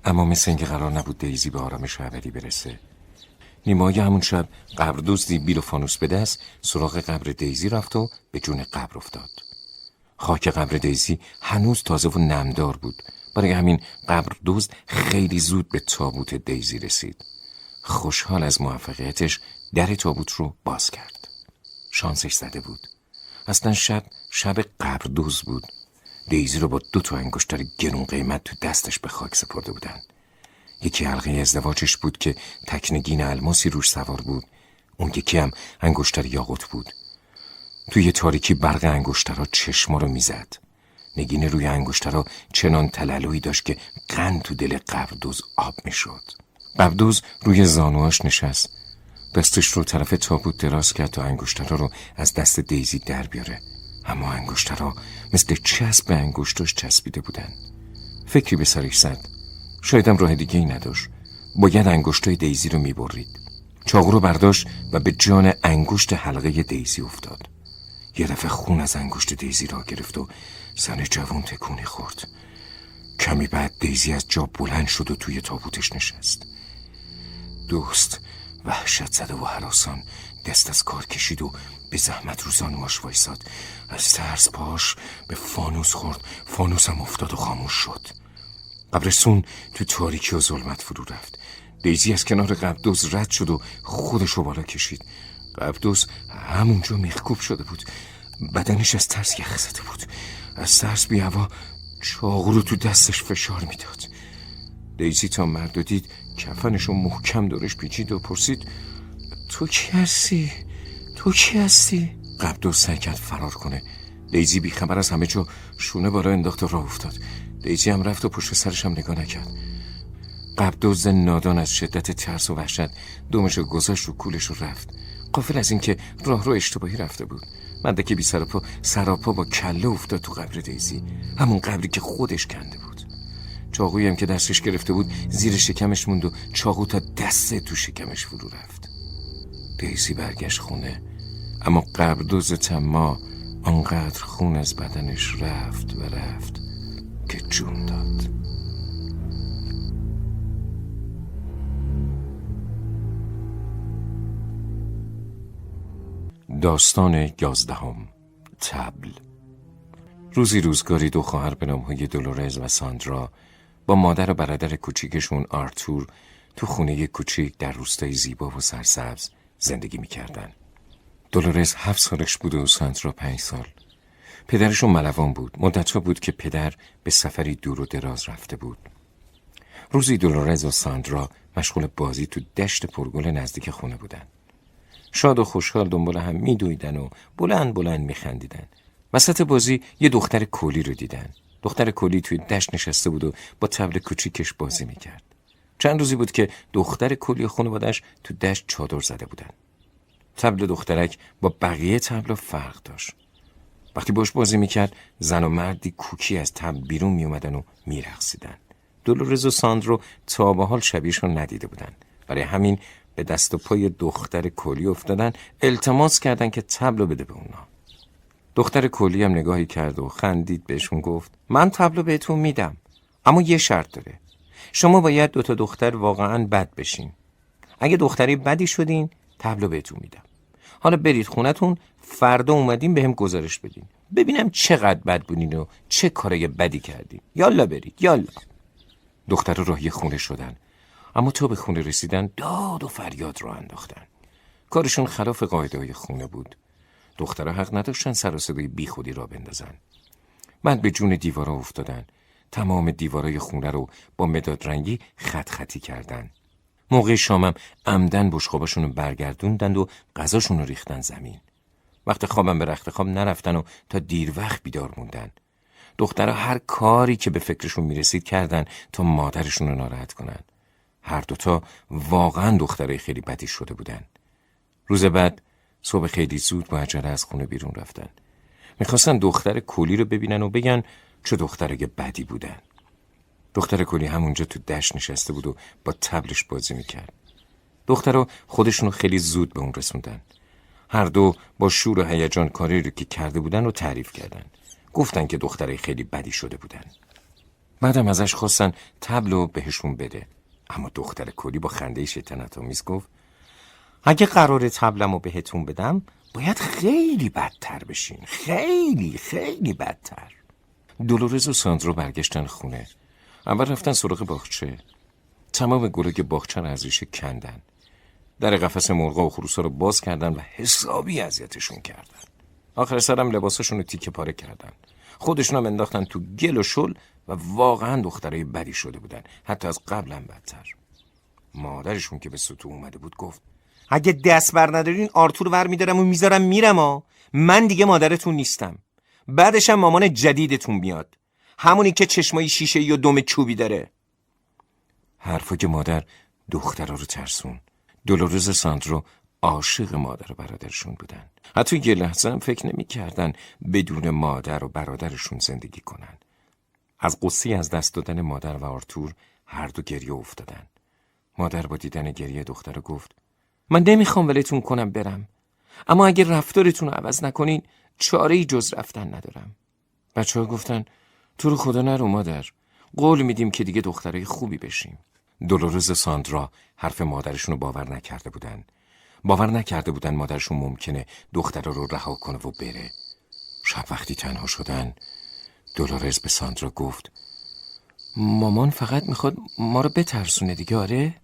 اما مثل اینکه قرار نبود دیزی به آرامش ابدی برسه. نیمای همون شب قبر دزدی بیل و فانوس به دست سراغ قبر دیزی رفت و به جون قبر افتاد. خاک قبر دیزی هنوز تازه و نمدار بود. برای همین قبر دزد خیلی زود به تابوت دیزی رسید. خوشحال از موفقیتش در تابوت رو باز کرد. شانسش زده بود. اصلا شب شب قبر دزد بود. دیزی رو با دو تا انگشتر گرون قیمت تو دستش به خاک سپرده بودن. یکی حلقه ازدواجش بود که تکنگین الماسی روش سوار بود. اون یکی هم انگشتر یاقوت بود. توی تاریکی برق انگشترها چشما رو میزد. نگین روی انگشترها چنان تلالویی داشت که قند تو دل قبردوز آب میشد. قبردوز روی زانوهاش نشست. دستش رو طرف تابوت دراز کرد تا انگشترها رو از دست دیزی در بیاره. اما انگشترها مثل چسب به انگشتاش چسبیده بودن. فکری به سرش زد. شایدم راه دیگه ای نداشت. باید انگشتای دیزی رو میبرید. چاقو رو برداشت و به جان انگشت حلقه دیزی افتاد. یه دفعه خون از انگشت دیزی را گرفت و زن جوان تکونی خورد. کمی بعد دیزی از جا بلند شد و توی تابوتش نشست. دوست وحشت زده و هراسان دست از کار کشید و به زحمت رو زانواش وایساد. از ترس پاش به فانوس خورد. فانوس هم افتاد و خاموش شد. قبرستون تو تاریکی و ظلمت فرو رفت. دیزی از کنار قبردوز رد شد و خودش رو بالا کشید. قبردوز همونجا میخکوب شده بود. بدنش از ترس یخ زده بود. از ترس بی هوا چاقو رو تو دستش فشار میداد. دیزی تا مرد دید کفنش رو محکم دورش پیچید و پرسید تو کی هستی؟ تو کی هستی؟ قبردوز سعی کرد فرار کنه. دیزی بی خبر از همه جا شونه بالا انداخت و راه افتاد. دیزی هم رفت و پشت سرش هم نگاه نکرد. قبردوز نادان از شدت ترس و وحشت دومش رو گذاشت رو کولش رو رفت. غافل از اینکه راه رو اشتباهی رفته بود. مردکی بی سر و پا سراپا با کله افتاد تو قبر دیزی. همون قبری که خودش کنده بود. چاقویی هم که دستش گرفته بود زیر شکمش موند و چاقو تا دسته تو شکمش فرو رفت. دیزی برگشت خونه. اما قبردوز طماع آنقدر خون از بدنش رفت و رفت که جون داد. داستان یازدهم. طبل. روزی روزگاری دو خواهر به نام‌های دولورز و ساندرا با مادر و برادر کوچیکشون آرتور تو خونه کوچیک در روستای زیبا و سرسبز زندگی می‌کردن. دولورز هفت سالش بود و ساندرا پنج سال. پدرشون ملوان بود. مدت‌ها بود که پدر به سفری دور و دراز رفته بود. روزی دولورز و ساندرا مشغول بازی تو دشت پرگل نزدیک خونه بودن. شاد و خوشحال دنبال هم میدویدن و بلند بلند میخندیدن. وسط بازی یه دختر کولی رو دیدن. دختر کولی توی دشت نشسته بود و با طبل کوچیکش بازی میکرد. چند روزی بود که دختر کولی و خانواده‌اش تو دشت چادر زده بودن. طبل دخترک با بقیه طبل فرق داشت. وقتی باش بازی میکرد زن و مردی کوکی از طبل بیرون میومدن و میرقصیدن. دولورز و ساندرو تا به حال شبیهشون ندیده بودن. برای همین به دست و پای دختر کولی افتادن، التماس کردن که طبلو بده به اونا. دختر کولی هم نگاهی کرد و خندید بهشون گفت من طبلو بهتون میدم، اما یه شرط داره. شما باید دوتا دختر واقعا بد بشین. اگه دختری بدی شدین طبلو بهتون میدم. حالا برید خونتون، فردا اومدین بهم گزارش بدین. ببینم چقدر بد بودین و چه کارای بدی کردین. یالا برید، یالا. دختر راهی خونه شدن. اما تا به خونه رسیدن داد و فریاد رو انداختن. کارشون خلاف قاعده‌های خونه بود. دخترها حق نداشتن سر و صدای بی خودی را بندازن. بعد به جون دیوارا افتادن. تمام دیوارای خونه رو با مداد رنگی خط خطی کردن. موقع شامم عمدن بشقاباشون رو برگردوندن و غذاشون رو ریختن زمین. وقت خوابم به رخت خواب نرفتن و تا دیر وقت بیدار موندن. دخترها هر کاری که به فکرشون میرسید کردن تا مادرشون رو ناراحت کنن. هر دوتا واقعا دخترای خیلی بدی شده بودن. روز بعد صبح خیلی زود با عجله از خونه بیرون رفتن. میخواستن دختر کولی رو ببینن و بگن چه دخترای بدی بودن. دختر کولی همونجا تو دشت نشسته بود و با طبلش بازی میکرد. دخترها خودشونو خیلی زود به اون رسوندن. هر دو با شور و هیجان کاری رو که کرده بودن رو تعریف کردن. گفتن که دخترای خیلی بدی شده بودن. بعدم ازش خواستن تبلو بهشون بده، اما دختر کلی با خنده شیطنت‌آمیز گفت اگه قراره تبلمو بهتون بدم باید خیلی بدتر بشین، خیلی خیلی بدتر. دولورز و ساندرو برگشتن خونه. اول رفتن سراغ باغچه. تمام گلوی باغچه رو از ریشه کندن. در قفس مرغا و خروسا رو باز کردن و حسابی اذیتشون کردن. آخر سرم لباساشون رو تیکه پاره کردن. خودشون هم انداختن تو گل و شل و واقعا دخترای بدی شده بودن، حتی از قبلا بدتر. مادرشون که به سطوح اومده بود گفت اگه دست بر ندارین آرتور ور میدارم و میذارم میرم ها. من دیگه مادرتون نیستم. بعدشم مامان جدیدتون میاد، همونی که چشمای شیشه‌ای و دم چوبی داره. حرفا که مادر دخترها رو ترسون. دولورز و ساندرو عاشق مادر و برادرشون بودن. حتی یه لحظه هم فکر نمی کردن بدون مادر و برادرشون زندگی کنن. از غصه از دست دادن مادر و آرتور هر دو گریه افتادن. مادر با دیدن گریه دختر گفت من نمیخوام ولتون کنم برم، اما اگه رفتارتون رو عوض نکنین چاره‌ای جز رفتن ندارم. بچه ها گفتن تو رو خدا نرو مادر، قول میدیم که دیگه دخترای خوبی بشیم. دولورز و ساندرا حرف مادرشون رو باور نکرده بودن. باور نکرده بودن مادرشون ممکنه دختر رو رها کنه و بره. شب وقتی تنها شدن دولورز به ساندرا گفت مامان فقط میخواد ما رو بترسونه دیگه. آره؟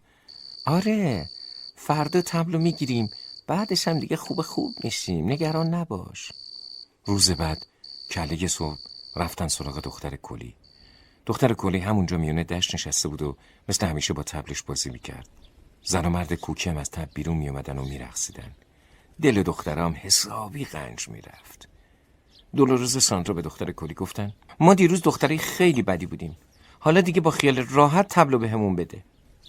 آره، فردا تبلو میگیریم، بعدش هم دیگه خوب خوب میشیم، نگران نباش. روز بعد کله صبح رفتن سراغ دختر کلی. دختر کلی همونجا میونه دشت نشسته بود و مثل همیشه با تبلش بازی میکرد. زن و مرد کوکی هم از تب بیرون میومدن و میرقصیدن. دل دخترام حسابی غنج میرفت. دولورز ساندرا به دختر کلی گفتن ما دیروز دختری خیلی بدی بودیم، حالا دیگه با خیال راحت تبلو به همون بده.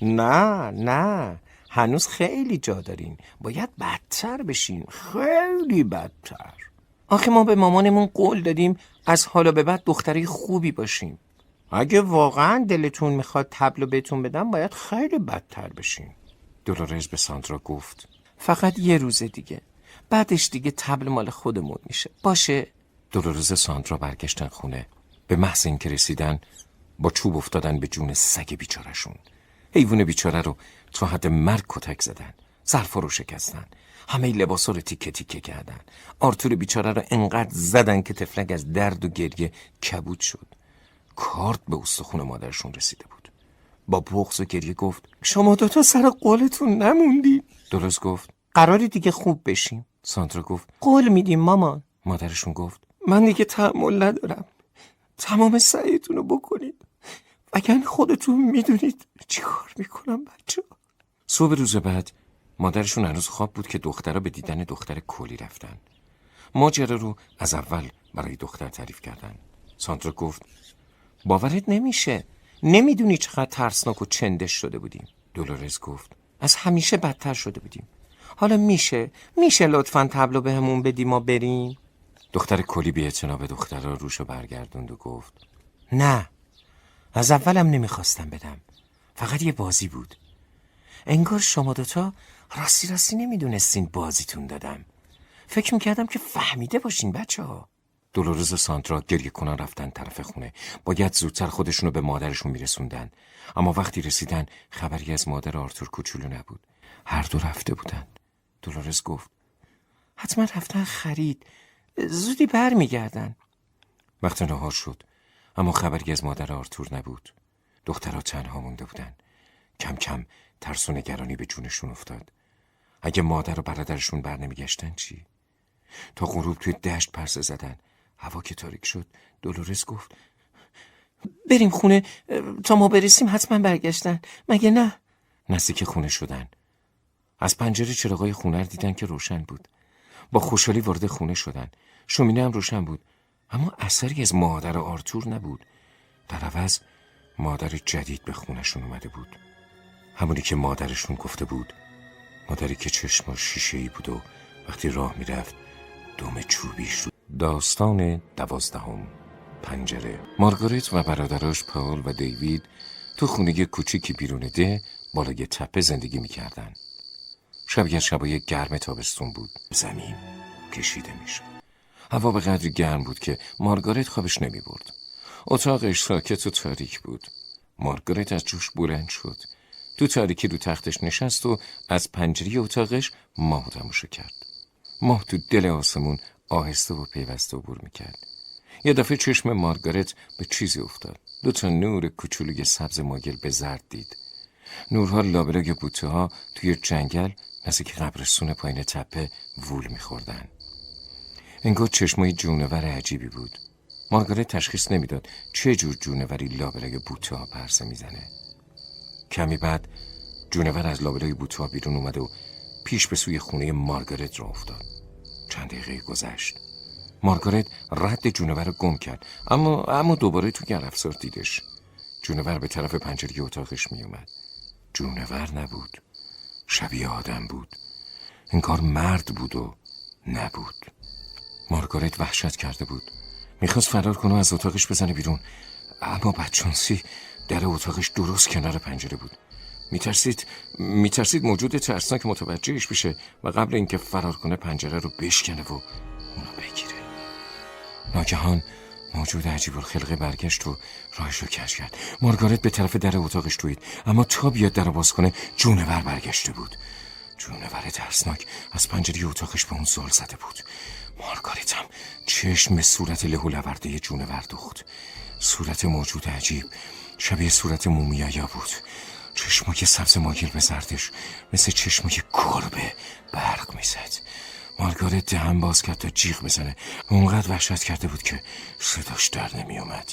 نه نه، هنوز خیلی جا دارین، باید بدتر بشین، خیلی بدتر. آخه ما به مامانمون قول دادیم از حالا به بعد دختری خوبی باشیم. اگه واقعا دلتون میخواد تبلو بهتون بدم باید خیلی بدتر بشین. دولورز به ساندرا گفت فقط یه روز دیگه، بعدش دیگه تبل مال خودمون میشه، باشه؟ دولورز ساندرا برگشتن خونه. به محض اینکه رسیدن با چوب افتادن به جون سگ بیچارهشون. حیوان بیچاره رو تا حد مرگ کتک زدن، ظرفا رو شکستن، همه لباسا رو تیکه تیکه کردن. آرتور بیچاره رو انقدر زدن که تفلک از درد و گریه کبود شد. کارد به استخون مادرشون رسیده بود. با بغض و گریه گفت شما دوتا سر قولتون نموندی. دولورز گفت قراری دیگه خوب بشیم. ساندرا گفت قول میدیم مامان. مادرشون گفت من دیگه تحمل ندارم، تمام سعیتون رو بکنید، وگرنه خودتون میدونید چی کار میکنم بچه ها. صبح روز بعد مادرشون هنوز خواب بود که دخترها به دیدن دختر کلی رفتن. ماجرا رو از اول برای دختر تعریف کردن. ساندرا گفت باورت نمیشه، نمیدونی چقدر ترسناک و چندش شده بودیم. دولورز گفت از همیشه بدتر شده بودیم. حالا میشه میشه لطفاً تبلو به همون بدی ما بریم؟ دختر کلی بی اعتنا به دخترها روشو برگردوند و گفت نه، از اولم نمیخواستم بدم، فقط یه بازی بود. انگار شما دوتا راستی راستی نمیدونستین بازیتون دادم. فکر میکردم که فهمیده باشین بچه ها. دولورز و ساندرا گریه کنان رفتن طرف خونه. باید زودتر خودشونو به مادرشون میرسوندن، اما وقتی رسیدن خبری از مادر آرتور کوچولو نبود. هر دو رفته بودن. دولورز گفت حتما رفتن خرید، زودی بر میگردن. وقت نهار شد اما خبری از مادر آرتور نبود. دخترها تنها مونده بودن. کم کم ترس و نگرانی به جونشون افتاد. اگه مادر و برادرشون بر نمیگشتن چی؟ تا غروب توی دشت پرسه زدن. هوا که تاریک شد دولورز گفت بریم خونه، تا ما برسیم حتما برگشتن، مگه نه؟ نزدیک خونه شدن. از پنجره چراغای خونه رو دیدن که روشن بود. با خوشحالی وارد خونه شدن. شومینه هم روشن بود، اما اثری از مادر آرتور نبود. در عوض مادر جدید به خونشون اومده بود. همونی که مادرشون گفته بود. مادری که چشماش شیشه‌ای بود و وقتی راه میرفت دم چوبیش رو. داستان دوازدهم. پنجره. مارگارت و برادراش پاول و دیوید تو خونه کوچیکی بیرون ده بالای تپه زندگی میکردن. شب از شبای گرم تابستون بود. زمین کشیده میشد. هوا به قدری گرم بود که مارگارت خوابش نمی برد. اتاقش ساکت و تاریک بود. مارگارت از جوش بلند شد. تو تاریکی رو تختش نشست و از پنجره اتاقش ماه تماشا کرد. ماه تو دل آسمون آهسته و پیوسته عبور میکرد. یه دفعه چشم مارگارت به چیزی افتاد. دو تا نور کوچولوی سبز ماگل به زرد دید. نورها لابلای بوته ها توی جنگل نزدیک قبرستون پایین تپه وول میخوردن. انگار چشمای جونور عجیبی بود. مارگارت تشخیص نمیداد چه جور جونوری لابلای بوته ها پرسه میزنه. کمی بعد جونور از لابلای بوته ها بیرون اومد و پیش به سوی خونه مارگارت را افتاد. چند دقیقه گذشت. مارگارت رد جونور رو گم کرد، اما اما دوباره تو گرفسار دیدش. جونور به طرف پنجره اتاقش می اومد. جونور نبود، شبیه آدم بود. انگار مرد بود و نبود. مارگارت وحشت کرده بود. میخواست فرار کنه و از اتاقش بزنه بیرون، اما بدشانسی در اتاقش درست کنار پنجره بود. میترسید میترسید موجود ترسناک متوجهش بشه و قبل اینکه فرار کنه پنجره رو بشکنه و اونو بگیره. ناگهان موجود عجیب الخلقه برگشت و راهش رو کج کرد. مارگارت به طرف در اتاقش دوید، اما تا بیاد در رو باز کنه جونور برگشته بود. جونور ترسناک از پنجره اتاقش به اون زل زده بود. مارگارت هم چشم به صورت لهولورده جونور دوخت. صورت موجود عجیب شبیه صورت مومیایا بود. چشمای سبز ماگل به زردش مثل چشمای گربه برق میزد. مارگارت دهن باز کرد تا جیغ بزنه. اونقدر وحشت کرده بود که صداش در نمی اومد.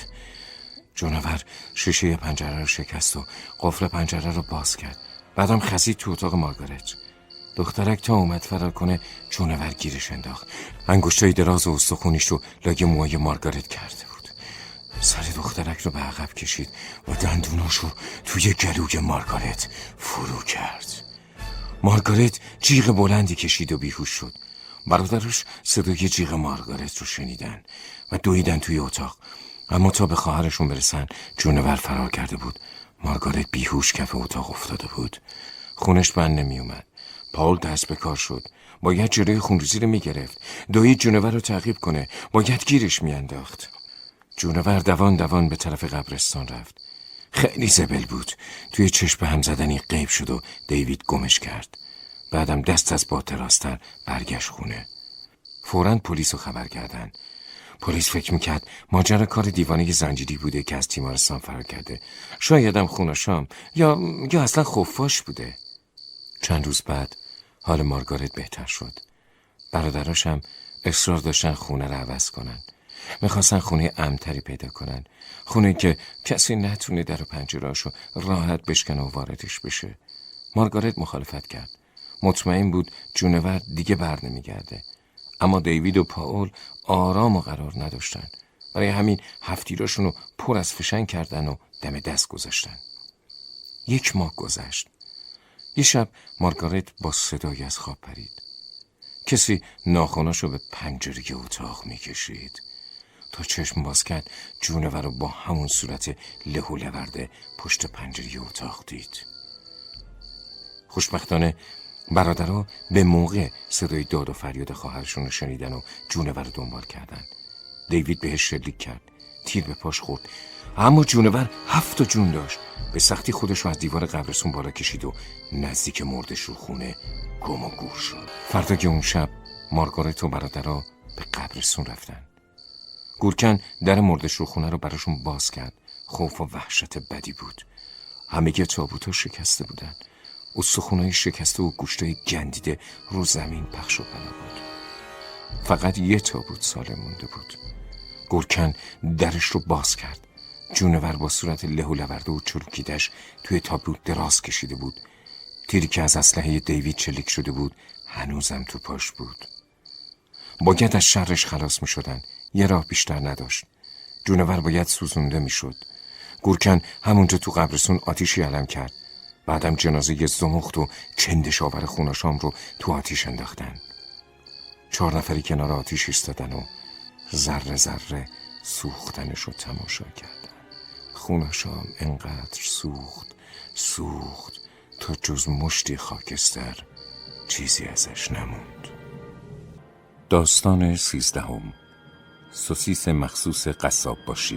جونور شیشه پنجره رو شکست و قفل پنجره رو باز کرد. بعدم خزید تو اتاق مارگارت. دخترک تا اومد فرار کنه جونور گیرش انداخت. انگشتای دراز و استخونیش رو لای موهای مارگارت کرده بود. سر دخترک رو به عقب کشید و دندوناش رو توی گلوی مارگارت فرو کرد. مارگارت جیغ بلندی کشید و بیهوش شد. برادرش صدای جیغ مارگارت رو شنیدن و دویدن توی اتاق، اما تا به خواهرشون برسن جونور فرار کرده بود. مارگارت بیهوش کف اتاق افتاده بود. خونش بند نمی اومد. پاول دست به کار شد. باید جلوی خونریزی رو میگرفت. دوید جونور رو تعقیب کنه. باید گیرش میانداخت. جونور دوان دوان به طرف قبرستان رفت. خیلی زبل بود. توی چشم هم زدنی غیب شد و دیوید گمش کرد. بعدم دست از با دراستر برگشت خونه. فوراً پلیس رو خبر کردن. پلیس فکر میکرد ماجرا کار دیوانه زنجیری بوده که از تیمارستان فرار کرده. شایدم خوناشام یا یا اصلا خفاش بوده. چند روز بعد حال مارگارت بهتر شد. برادراش هم اصرار داشتن خونه رو عوض کنن. میخواستن خونه امن‌تری پیدا کنن. خونه که کسی نتونه در و پنجره‌اشو راحت بشکنه و واردش بشه. مارگارت مخالفت کرد. مطمئن بود جونور دیگه بر نمیگرده. اما دیوید و پاول آرام و قرار نداشتن. برای همین هفتیراشون رو پر از فشنگ کردن و دم دست گذاشتن. یک ماه گذشت. یه شب مارگارت با صدایی از خواب پرید. کسی ناخناشو به پنجره اتاق میکشید. تا چشم باز کرد جونور رو با همون صورت لهولورده پشت پنجره اتاق دید. خوشبختانه برادرها به موقع صدای داد و فریاد خواهرشون رو شنیدن و جونور رو دنبال کردن. دیوید بهش شلیک کرد. تیر به پاش خورد. اما جونور هفت تا جون داشت. به سختی خودش رو از دیوار قبرستون بالا کشید و نزدیک مردش رو خونه گم و گور شد. فردای اون شب مارگارت و برادرها به قبرستون رفتن. گورکن در مردش رو خونه رو براشون باز کرد. خوف و وحشت بدی بود. همه تابوت‌ها شکسته بودن. استخونای شکسته و گوشتای گندیده رو زمین پخش و پلا بود. فقط یه تابوت سالم مونده بود. گورکن درش رو باز کرد. جونور با صورت لهولورده و چروکیدش توی تابوت دراز کشیده بود. تیری که از اسلحه دیوید چلیک شده بود هنوزم تو پاش بود. باید از شرش خلاص می شدن. یه راه بیشتر نداشت. جونور باید سوزونده می شد. گورکن همونجا تو قبرستون آتیشی علم کرد. بعدم جنازه زمخت و چندشاور خوناشام رو تو آتیش انداختن. چهار نفری کنار آتیش ایستادن و ذره ذره سوختنش رو تماشا کردن. خوناشام انقدر سوخت سوخت تا جز مشتی خاکستر چیزی ازش نموند. داستان سیزدهم، سوسیس مخصوص قصاب باشی.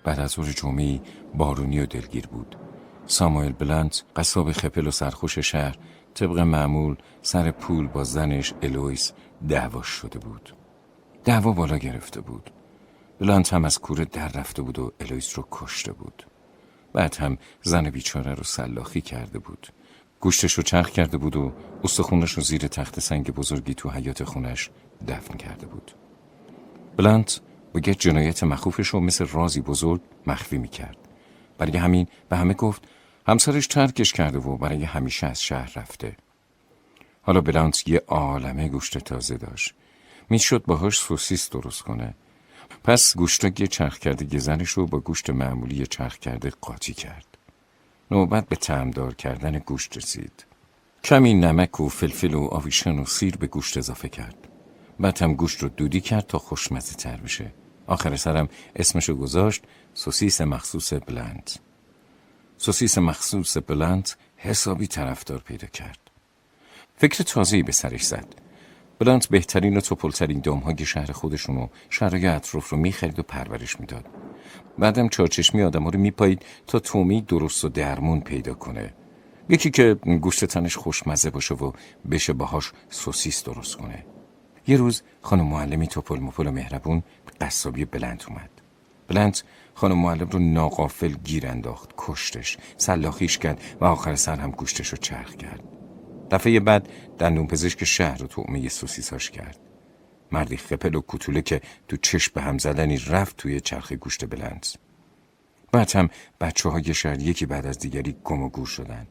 بعد از ظهر جمعه‌ای بارونی و دلگیر بود. ساموئل بلانت، قصاب خپل و سرخوش شهر، طبق معمول سر پول با زنش الویس دعواش شده بود. دعوا بالا گرفته بود. بلانت هم از کوره در رفته بود و الویس رو کشته بود. بعد هم زن بیچاره رو سلاخی کرده بود. گوشتش رو چرخ کرده بود و استخونش رو زیر تخت سنگ بزرگی تو حیاط خونش دفن کرده بود. بلانت باید جنایت مخوفش رو مثل رازی بزرگ مخفی میکرد. برای همین به همه گفت همسرش ترکش کرده و برای همیشه از شهر رفته. حالا بلانت یه عالمه گوشت تازه داشت. میشد باهاش سوسیس درست کنه. پس گوشتای چرخ کرده زنش رو با گوشت معمولی چرخ کرده قاطی کرد. نوبت به طعمدار کردن گوشت رسید. کمی نمک و فلفل و آویشن و سیر به گوشت اضافه کرد. بعد هم گوشت رو دودی کرد تا خوشمزه تر بشه. آخر سرم اسمشو گذاشت سوسیس مخصوص بلانت. سوسیس مخصوص بلانت حسابی طرفدار پیدا کرد. فکر تازه‌ای به سرش زد. بلانت بهترین و توپلترین دامهای شهر خودشون و شهرهای اطراف رو میخرید و پرورش میداد. بعدم چارچشمی آدم ها رو میپایید تا تومی درست و درمون پیدا کنه. یکی که گوشت تنش خوشمزه باشه و بشه باهاش سوسیس درست کنه. یه روز خانم معلمی توپل مپل و مهربون قصابی بلانت اومد. بلانت خانم معلم رو ناغافل گیر انداخت، کشتش، سلاخیش کرد و آخر سر هم گوشتش رو چرخ کرد. دفعه بعد دندون پزشک شهر رو طعمه سوسیساش کرد. مردی خپل و کوتوله که تو چشم به هم زدنی رفت توی چرخ گوشت بلانت. بعد هم بچه های شهر یکی بعد از دیگری گم و گور شدن.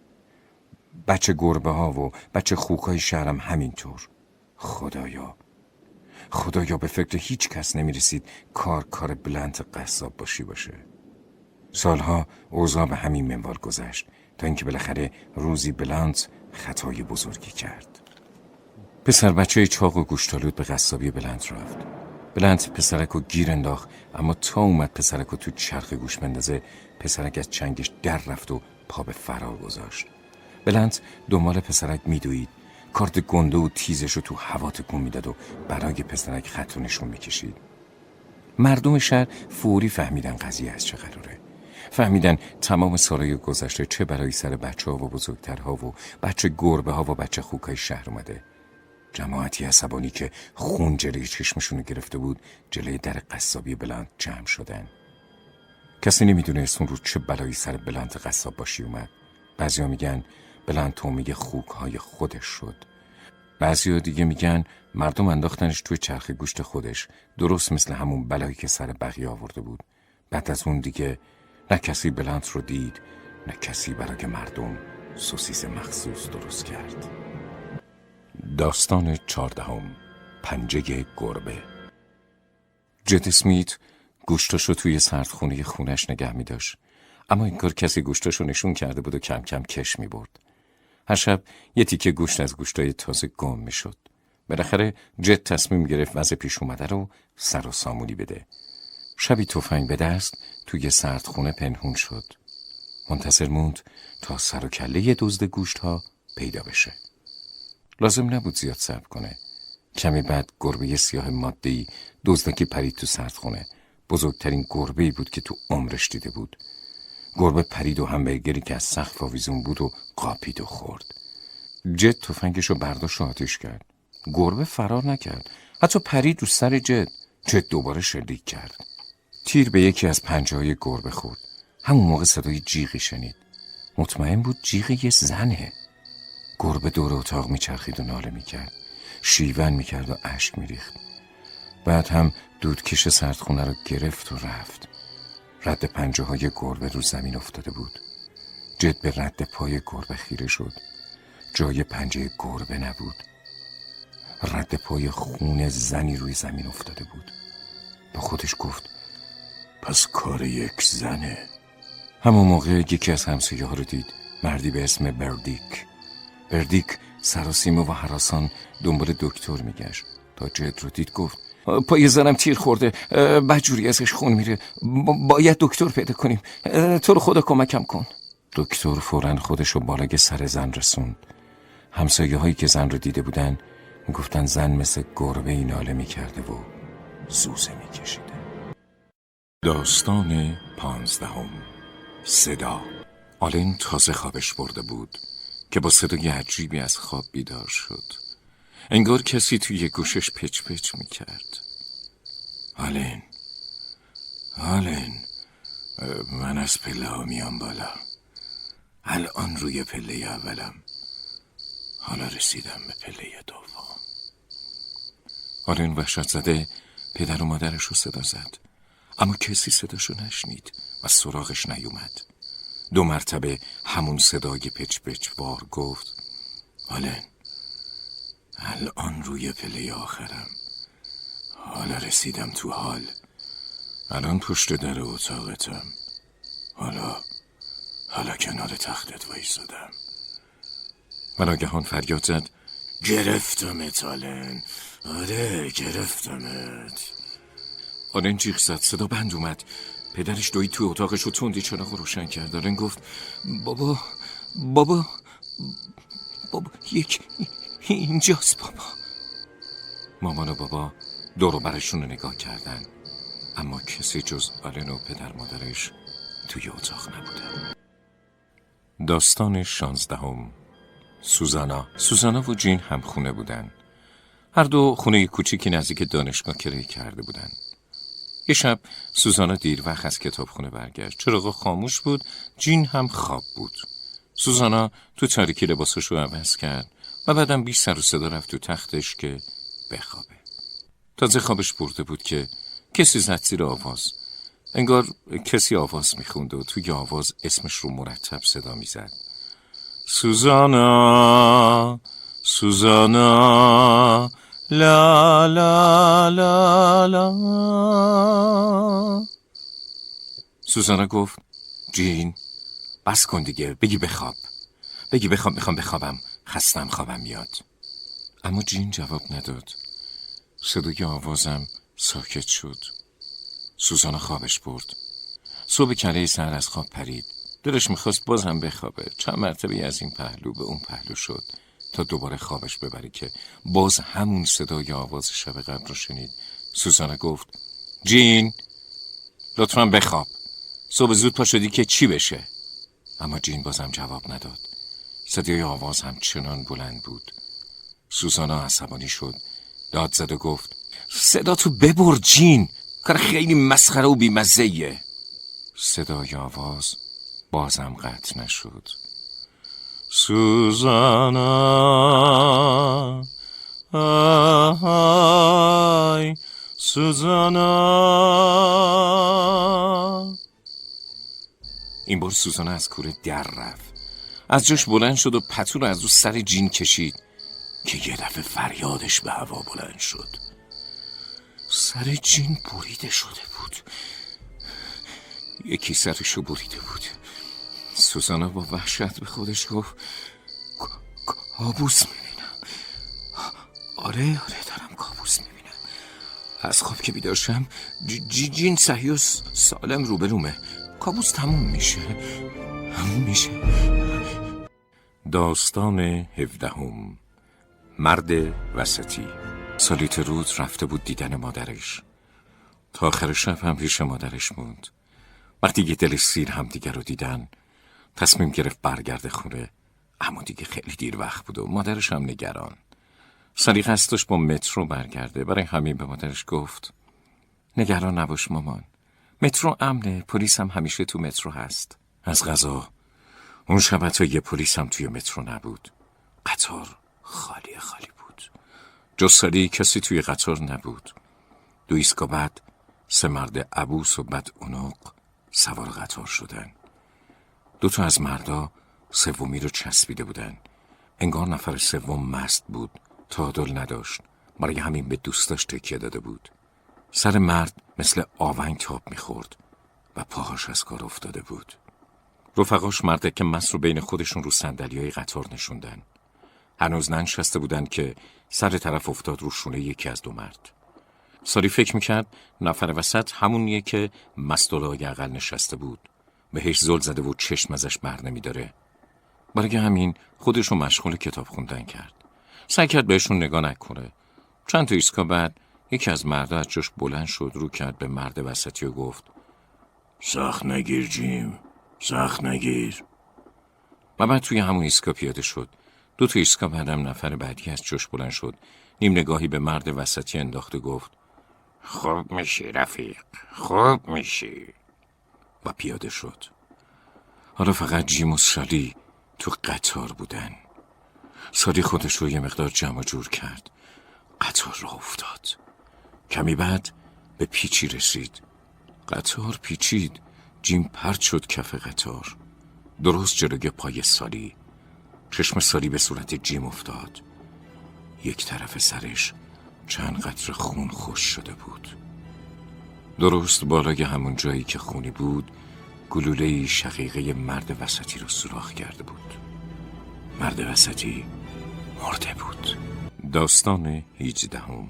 بچه گربه ها و بچه خوک های شهرم همینطور. خدایا خدایا به فکر هیچ کس نمی رسید کار کار بلانت قصاب باشی باشه. سالها اوضاع به همین منوال گذشت تا اینکه بالاخره روزی بلانت خطای بزرگی کرد. پسر بچه چاق و گوشتالود به قصابی بلانت رفت. بلانت پسرک رو گیر انداخت، اما تا اومد پسرک رو تو چرخ گوش بندازه پسرک از چنگش در رفت و پا به فرار گذاشت. بلانت دنبال پسرک میدوید، کارت گنده و تیزش رو تو هوا تکون میداد و برای پسرک خط و نشون میکشید. مردم شهر فوری فهمیدن قضیه از چه قراره. فهمیدن تمام سالهای گذشته چه برای سر بچه ها و بزرگترها و بچه گربه ها و بچه خوکای شهر اومده. جماعتی عصبانی که خون جلوی چشمشونو گرفته بود جلوی در قصابی بلانت جمع شدن. کسی نمیدونست اون رو چه بلایی سر بلانت قصاب باشی اومد. بعضیا میگن بلانت تومه خوک های خودش شد. بعضیا دیگه میگن مردم انداختنش توی چرخ گوشت خودش، درست مثل همون بلایی که سر بقیه آورده بود. بعد از اون دیگه نه کسی بلانت رو دید، نه کسی برای مردم سوسیس مخصوص درست کرد. داستان چهاردهم، پنجه گربه. جد اسمیت گوشتاشو توی سردخونه خونش نگه می داشت، اما این کار کسی گوشتاشو نشون کرده بود و کم کم کش می برد. هر شب یه تیکه گوشت از گوشتای تازه گم می شد. بالاخره جد تصمیم گرفت وضع پیش اومده رو سر و سامونی بده. شبی تفنگ به دست توی سردخونه پنهون شد. منتظر موند تا سر و کله دزد گوشت ها پیدا بشه. لازم نبود زیاد صبر کنه. کمی بعد گربه سیاه ماده‌ای دزدکی پرید تو سردخونه. بزرگترین گربه‌ای بود که تو عمرش دیده بود. گربه پرید و همبرگری که از سقف آویزون بود و قاپید و خورد. جد تفنگشو برداشت و آتیش کرد. گربه فرار نکرد، حتی پرید رو سر جد. جد دوباره شلیک کرد. تیر به یکی از پنجه‌های گربه خورد. همون موقع صدای جیغی شنید. مطمئن بود جیغ یه زنه. گربه دور اتاق میچرخید و ناله میکرد. شیون میکرد و اشک میریخت. بعد هم دودکش سردخونه رو گرفت و رفت. رد پنجه های گربه رو زمین افتاده بود. جد به رد پای گربه خیره شد. جای پنجه گربه نبود. رد پای خون زنی روی زمین افتاده بود. با خودش گفت پس کار یک زنه. همون موقع یکی از همسایه ها رو دید. مردی به اسم بردیک. بردیک سراسیمه و هراسان دنبال دکتر میگشت. تا جد رو دید گفت پای زنم تیر خورده، بدجوری ازش خون میره، باید دکتر پیدا کنیم، تو رو خدا کمکم کن. دکتر فوراً خودشو بالای سر زن رسوند. همسایه هایی که زن رو دیده بودن گفتن زن مثل گربه ای ناله میکرده و زوزه میکشیده. داستان پانزدهم. صدا. آلن تازه خوابش برده بود که با صدای عجیبی از خواب بیدار شد. انگار کسی توی گوشش پچ پچ میکرد. آلن آلن من از پله ها میام بالا. الان روی پله اولم. حالا رسیدم به پله دوم. آلن وحشت زده پدر و مادرش رو صدا زد، اما کسی صداشو نشنید و سراغش نیومد. دو مرتبه همون صدای پچ پچ وار گفت: آلن الان روی پله آخرم. حالا رسیدم تو حال. الان پشت در اتاقتم. حالا حالا کنار تختت وایسادم. و ناگهان فریاد زد: گرفتمت آلن. آره گرفتمت. آلن جیغ زد، صدا بند اومد. پدرش دوید توی اتاقش و تندی چراغ روشن کرد. آلن گفت: بابا بابا بابا یک اینجاست بابا. مامان و بابا دور و برشون رو نگاه کردن، اما کسی جز آلن و پدر مادرش توی اتاق نبودن. داستان شانزدهم. سوزانا. سوزانا و جین هم خونه بودن. هر دو خونه کوچیکی نزدیک دانشگاه کرایه کرده بودن. یه شب سوزانا دیر وقت از کتابخونه برگشت. چراغ خاموش بود، جین هم خواب بود. سوزانا تو تاریکی لباسشو عوض کرد و بعدم بی سر و صدا رفت تو تختش که بخوابه. تازه خوابش برده بود که کسی زد زیر آواز. انگار کسی آواز میخوند و توی آواز اسمش رو مرتب صدا میزد: سوزانا سوزانا لا لا لا لا. سوزانا گفت: جین بس کن دیگه، بگی بخواب، بگی بخواب، میخوام بخوابم، خستم، خوابم میاد. اما جین جواب نداد. صدای آوازم ساکت شد. سوزانا خوابش برد. صبح کله سر از خواب پرید. دلش میخواست بازم بخوابه. چند مرتبه از این پهلو به اون پهلو شد تا دوباره خوابش ببره که باز همون صدای آواز شب قبل رو شنید. سوزانا گفت: جین لطفاً بخواب، صبح زود پا شدی که چی بشه؟ اما جین بازم جواب نداد. صدای آواز هم چنان بلند بود. سوزانا عصبانی شد، داد زد و گفت: صدا تو ببر جین، کار خیلی مسخره و بیمزه‌ایه. صدای آواز بازم قطع نشد. سوزانا آهای سوزانا. این بار سوزانا از کوره در رفت. از جاش بلند شد و پتو رو از رو سر جین کشید که یه دفعه فریادش به هوا بلند شد. سر جین بریده شده بود. یکی سرشو بریده بود. سوزانا با وحشت به خودش گفت: کابوس میبینم. آره آره دارم کابوس میبینم. از خواب که بیدار شم جی جین صحیح و سالم روبرومه. کابوس تموم میشه تموم میشه. داستان هفدهم. مرد وسطی. سالیت رود رفته بود دیدن مادرش. تا آخر شب هم پیش مادرش موند. وقتی یه دل سیر هم دیگر رو دیدن تصمیم گرفت برگرده خونه، اما دیگه خیلی دیر وقت بود و مادرش هم نگران. سالی قصد داشت با مترو برگرده. برای همین به مادرش گفت: نگران نباش مامان، مترو امنه، پلیس هم همیشه تو مترو هست. از قضا اون شب حتی یه پلیس هم توی مترو نبود. قطار خالی خالی بود. جز سالی کسی توی قطار نبود. دو ایستگاه بعد سه مرد عبوس و بد اونق سوار قطار شدن. دو تا از مردا سومی رو چسبیده بودن. انگار نفر سوم مست بود، تعادل نداشت، برای همین به دوستاش تکیه داده بود. سر مرد مثل آونگ تاب میخورد و پاهاش از کار افتاده بود. رفقاش مرده که مست رو بین خودشون رو صندلیای قطار نشوندن. هنوز ننشسته بودن که سر طرف افتاد رو شونه یکی از دو مرد. ساری فکر میکرد نفر وسط همونیه که مست و لای عقل نشسته بود. بهش زل زده و چشم ازش بر نمیداره. برای همین خودشو مشغول کتاب خوندن کرد. سعی کرد بهشون نگاه نکنه. چند تا ایستگاه بعد یکی از مردا از جاش بلند شد، رو کرد به مرد وسطی و گفت: سخت نگیر جیم، سخت نگیر. و بعد توی همون ایستگاه پیاده شد. دو تا ایستگاه بعدم نفر بعدی از جاش بلند شد، نیم نگاهی به مرد وسطی انداخت و گفت خوب میشی رفیق، خوب میشی. و پیاده شد. حالا فقط جیم و سالی تو قطار بودن. سالی خودش رو یه مقدار جمع جور کرد. قطار راه افتاد. کمی بعد به پیچی رسید. قطار پیچید. جیم پرت شد کف قطار، درست جلوی پای سالی. چشم سالی به صورت جیم افتاد. یک طرف سرش چند قطره خون خوش شده بود. درست بالای همون جایی که خونی بود، گلوله شقیقه مرد وسطی رو سوراخ کرده بود. مرد وسطی مرده بود. داستان هجدهم.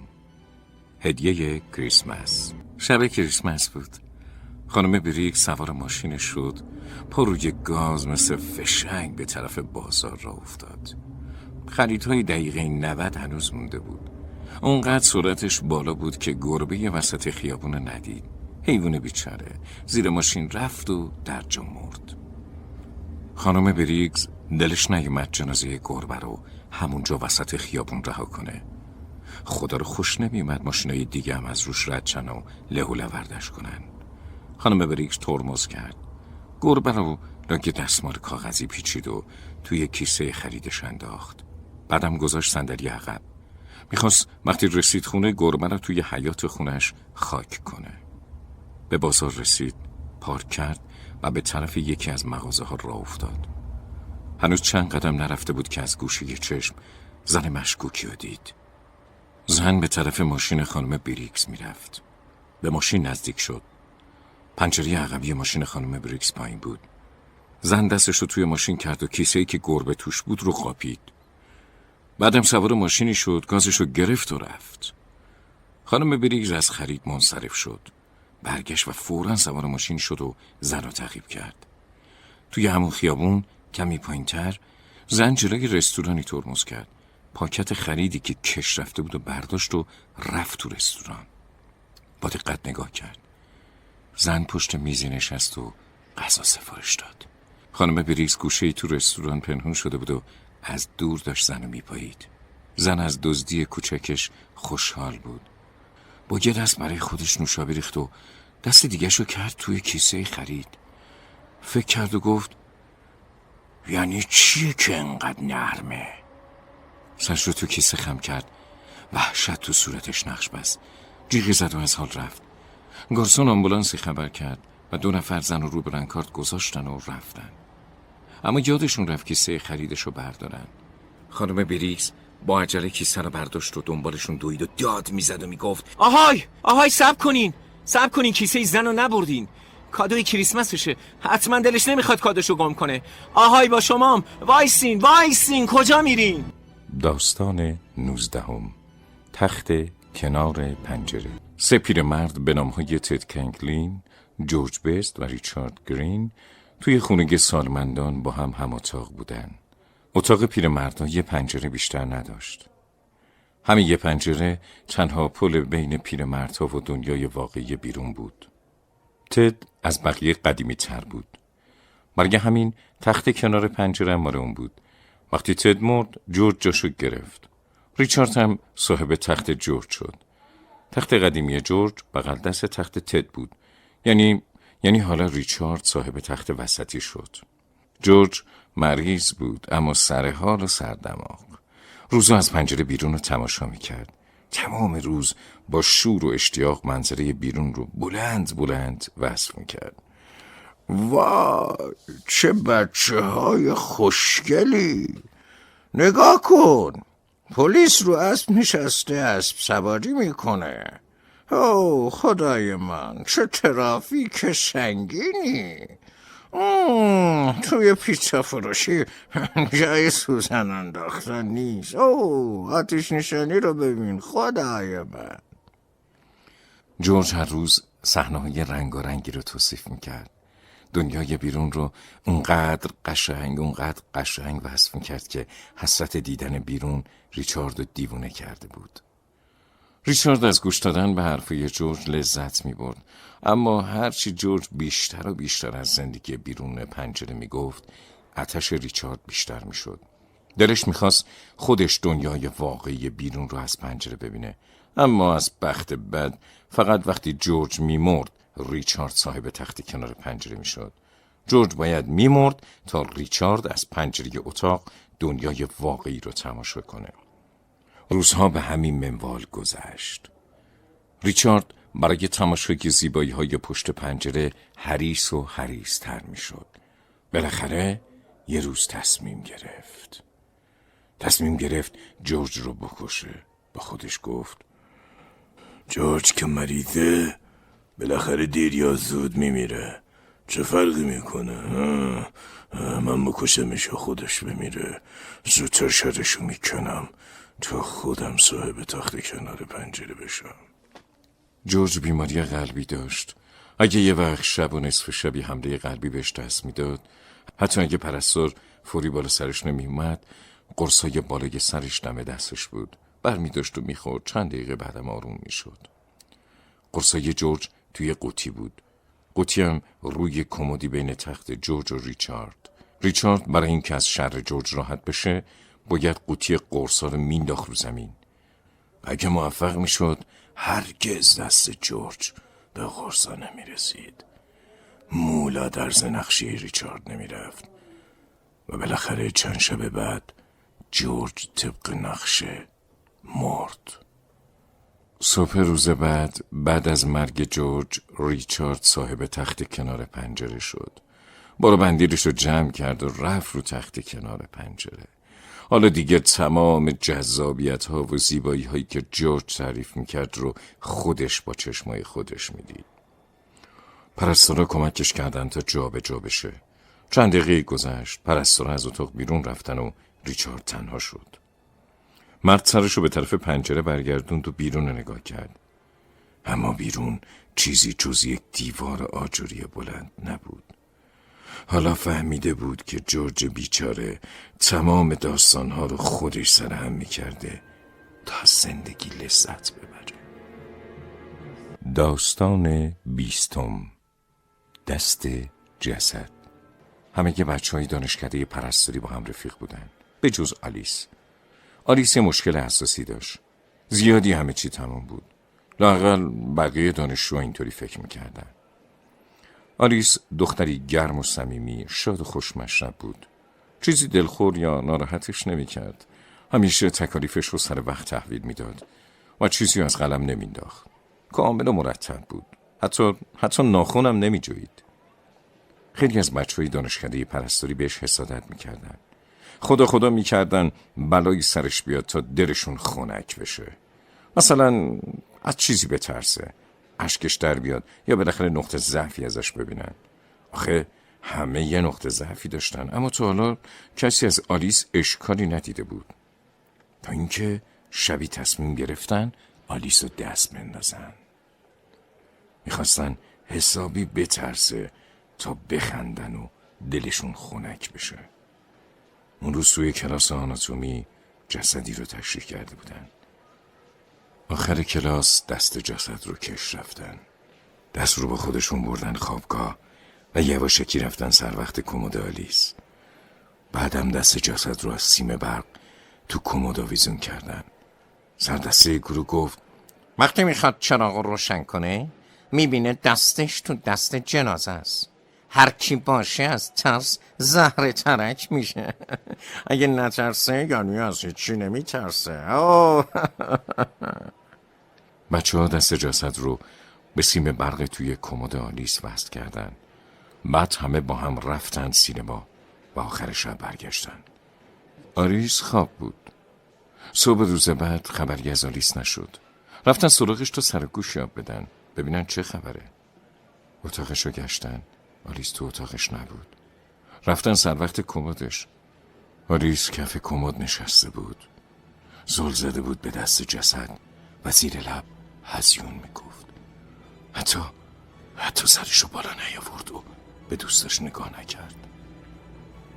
هدیه کریسمس. شب کریسمس بود. خانم بریک سوار ماشینش شد، پا روی گاز مثل فشنگ به طرف بازار راه افتاد. خریدهای دقیقه نود هنوز مونده بود. اونقدر سرعتش بالا بود که گربه وسط خیابون ندید. حیوان بیچاره زیر ماشین رفت و در جا مرد. خانم بریگز دلش نیومد جنازه گربه رو همونجا وسط خیابون رها کنه. خدا رو خوش نمیومد ماشینای دیگه هم از روش رد شن و له و لوردش کنن. خانم بریگز ترمز کرد. گربه رو لای دستمال کاغذی پیچید و توی کیسه خریدش انداخت. بعدم گذاشت صندلی عقب. میخواست وقتی رسید خونه گربه رو توی حیاط خونش خاک کنه. به بازار رسید، پارک کرد و به طرف یکی از مغازه ها راه افتاد. هنوز چند قدم نرفته بود که از گوشه چشم زن مشکوکی رو دید. زن به طرف ماشین خانم بریکس میرفت. به ماشین نزدیک شد. پنجره عقبی ماشین خانم بریکس پایین بود. زن دستش رو توی ماشین کرد و کیسه‌ای که گربه توش بود رو قاپید. بعدم سوار ماشینی شد، گازش رو گرفت و رفت. خانم بریکس از خرید منصرف شد. برگشت و فوراً سوار ماشین شد و زن رو تعقیب کرد. توی همون خیابون کمی پایین‌تر زن جلوی رستورانی ترمز کرد. پاکت خریدی که کش رفته بود و برداشت و رفت تو رستوران. با دقت نگاه کرد. زن پشت میزی نشست و غذا سفارش داد. خانم بریکس گوشه‌ای تو رستوران پنهون شده بود و از دور داشت زن رو میپایید. زن از دزدی کوچکش خوشحال بود. با یه دست برای خودش نوشابه ریخت و دست دیگه‌ش رو کرد توی کیسه خرید. فکر کرد و گفت یعنی چیه که انقدر نرمه؟ سرش رو تو کیسه خم کرد. وحشت تو صورتش نقش بست. جیغی زد و از حال رفت. گارسون آمبولانسی خبر کرد و دو نفر زن رو رو به رنکارد گذاشتن و رفتن. اما یادشون رفت کیسه خریدش رو بردارن. خانم بریکس با عجله کیسه رو برداشت و دنبالشون دوید و داد میزد و میگفت آهای آهای صبر کنین صبر کنین، کیسه زن رو نبردین. کادوی کریسمسشه، حتما دلش نمیخواد کادوشو گم کنه. آهای با شمام، وایسین وایسین، کجا میرین؟ داستان نوزدهم. تخت کنار پنجره. سه پیرمرد به نامهای تد کنکلین، جورج بست و ریچارد گرین توی خونگی سالمندان با هم هم اتاق بودن. اتاق پیرمردها یه پنجره بیشتر نداشت. همین یه پنجره تنها پل بین پیرمردها و دنیای واقعی بیرون بود. تد از بقیه قدیمی تر بود. برای همین تخت کنار پنجره مال اون بود. وقتی تد مرد، جورج جاشو گرفت. ریچارد هم صاحب تخت جورج شد. تخت قدیمی جورج بغل دست تخت تد بود. یعنی یعنی حالا ریچارد صاحب تخت وسطی شد. جورج مریض بود اما سر حال و سر دماغ. روزا از پنجره بیرون رو تماشا میکرد. تمام روز با شور و اشتیاق منظره بیرون رو بلند بلند وصف میکرد. وای چه بچه های خوشگلی، نگاه کن، پلیس رو اسب نشسته اسب سواری میکنه. او خدای من چه ترافیک سنگینی. اوه توی پیتزا فروشی جای سوزن انداختن نیست. اوه آتش نشانی رو ببین خدای من. جورج هر روز صحنه‌های رنگارنگی رو توصیف میکرد. دنیای بیرون رو اونقدر قشنگ اونقدر قشنگ وصف میکرد که حسرت دیدن بیرون ریچارد رو دیوونه کرده بود. ریچارد از گوش دادن به حرفای جورج لذت می برد، اما هرچی جورج بیشتر و بیشتر از زندگی بیرون پنجره می گفت، آتش ریچارد بیشتر می شد. دلش می خواست خودش دنیای واقعی بیرون رو از پنجره ببینه، اما از بخت بد فقط وقتی جورج می مرد ریچارد صاحب تخت کنار پنجره می شد. جورج باید می مرد تا ریچارد از پنجره اتاق دنیای واقعی رو تماشا کنه. روزها به همین منوال گذشت. ریچارد برای تماشای زیبایی های پشت پنجره حریص و حریص تر می شد. بالاخره یه روز تصمیم گرفت. تصمیم گرفت جورج رو بکشه. با خودش گفت جورج که مریضه بالاخره دیر یا زود میمیره، چه فرقی میکنه؟ من بکشمش و خودش بمیره، زودتر شرشو میکنم تا خودم صاحب تخت کنار پنجره بشم. جورج بیماری قلبی داشت. اگه یه وقت شب و نصف شبی حمله قلبی بهش دست میداد، حتی اگه پرستار فوری بالا سرش نمی اومد، قرصای بالای سرش دم دستش بود. برمی داشت و میخورد، چند دقیقه بعدم آروم میشد. قرصای جورج توی قوطی بود. قوطی هم روی کمدی بین تخت جورج و ریچارد. ریچارد برای اینکه از شر جورج راحت بشه، باید قوطی قرصا رو مینداخت رو زمین. اگه موفق میشد هرگز دست جورج به قرصا نمیرسید. مولا در زنخشی ریچارد نمیرفت و بالاخره چند شب بعد جورج طبق نقشه مرد. صبح روز بعد بعد از مرگ جورج، ریچارد صاحب تخت کنار پنجره شد. بارو بندیلش رو جمع کرد و رفت رو تخت کنار پنجره. حالا دیگه تمام جذابیت ها و زیبایی هایی که جورج تعریف میکرد رو خودش با چشمای خودش میدید. پرستارا کمکش کردن تا جا به جا بشه. چند دقیقه گذشت، پرستارا از اتاق بیرون رفتن و ریچارد تنها شد. مرد سرش رو به طرف پنجره برگردوند و بیرون رو نگاه کرد. اما بیرون چیزی جز یک دیوار آجوری بلند نبود. حالا فهمیده بود که جورج بیچاره تمام داستانها رو خودش سرهم میکرده تا زندگی لذت ببره. داستان بیستم، دست جسد. همه که بچه های دانشکده پرستاری با هم رفیق بودن، به جز آلیس. آلیس یه مشکل اساسی داشت. زیادی همه چی تمام بود. لااقل بقیه دانشجو اینطوری فکر میکردن. آلیس دختری گرم و صمیمی، شاد و خوشمشرب بود. چیزی دلخور یا ناراحتش نمیکرد. همیشه تکالیفش رو سر وقت تحویل میداد و چیزی از قلم نمینداخت. کامل و مرتب بود. حتی حتی ناخنم نمیجوید. خیلی از بچه‌های دانشکده پرستاری بهش حسادت میکردن. خدا خدا میکردن بلایی سرش بیاد تا دلشون خنک بشه. مثلا از چیزی بترسه، اشکش در بیاد یا بالاخره نقطه ضعفی ازش ببینن. آخه همه یه نقطه ضعفی داشتن، اما تا حالا کسی از آلیس اشکالی ندیده بود. تا اینکه شبی تصمیم گرفتن آلیس رو دست بندازن. میخواستن حسابی بترسه تا بخندن و دلشون خنک بشه. اون روز توی کلاس آناتومی جسدی رو تشریح کرده بودن. آخر کلاس دست جسد رو کش رفتن. دست رو با خودشون بردن خوابگاه و یواشکی رفتن سر وقت کمد آلیس. بعدم دست جسد رو از سیم برق تو کمد آویزون کردن. سردسته گروه گفت وقتی میخواد چراغ رو روشن کنه میبینه دستش تو دست جنازه است. هر کی باشه از ترس زهر ترک میشه. اگه نترسه یعنی از هیچی نمیترسه. بچه ها دست جسد رو به سیم برق توی کمد آلیس وصل کردن. بعد همه با هم رفتن سینما و آخر شب برگشتن. آلیس خواب بود. صبح روز بعد خبری از آلیس نشد. رفتن سراغش تا سر گوش یاب بدن ببینن چه خبره. اتاقش رو گشتن. آلیس تو اتاقش نبود. رفتن سر وقت کمدش. آلیس کف کمد نشسته بود. زل زده بود به دست جسد و زیر لب هزیون میگفت. حتی حتی سرشو بالا نیاورد و به دوستش نگاه نکرد.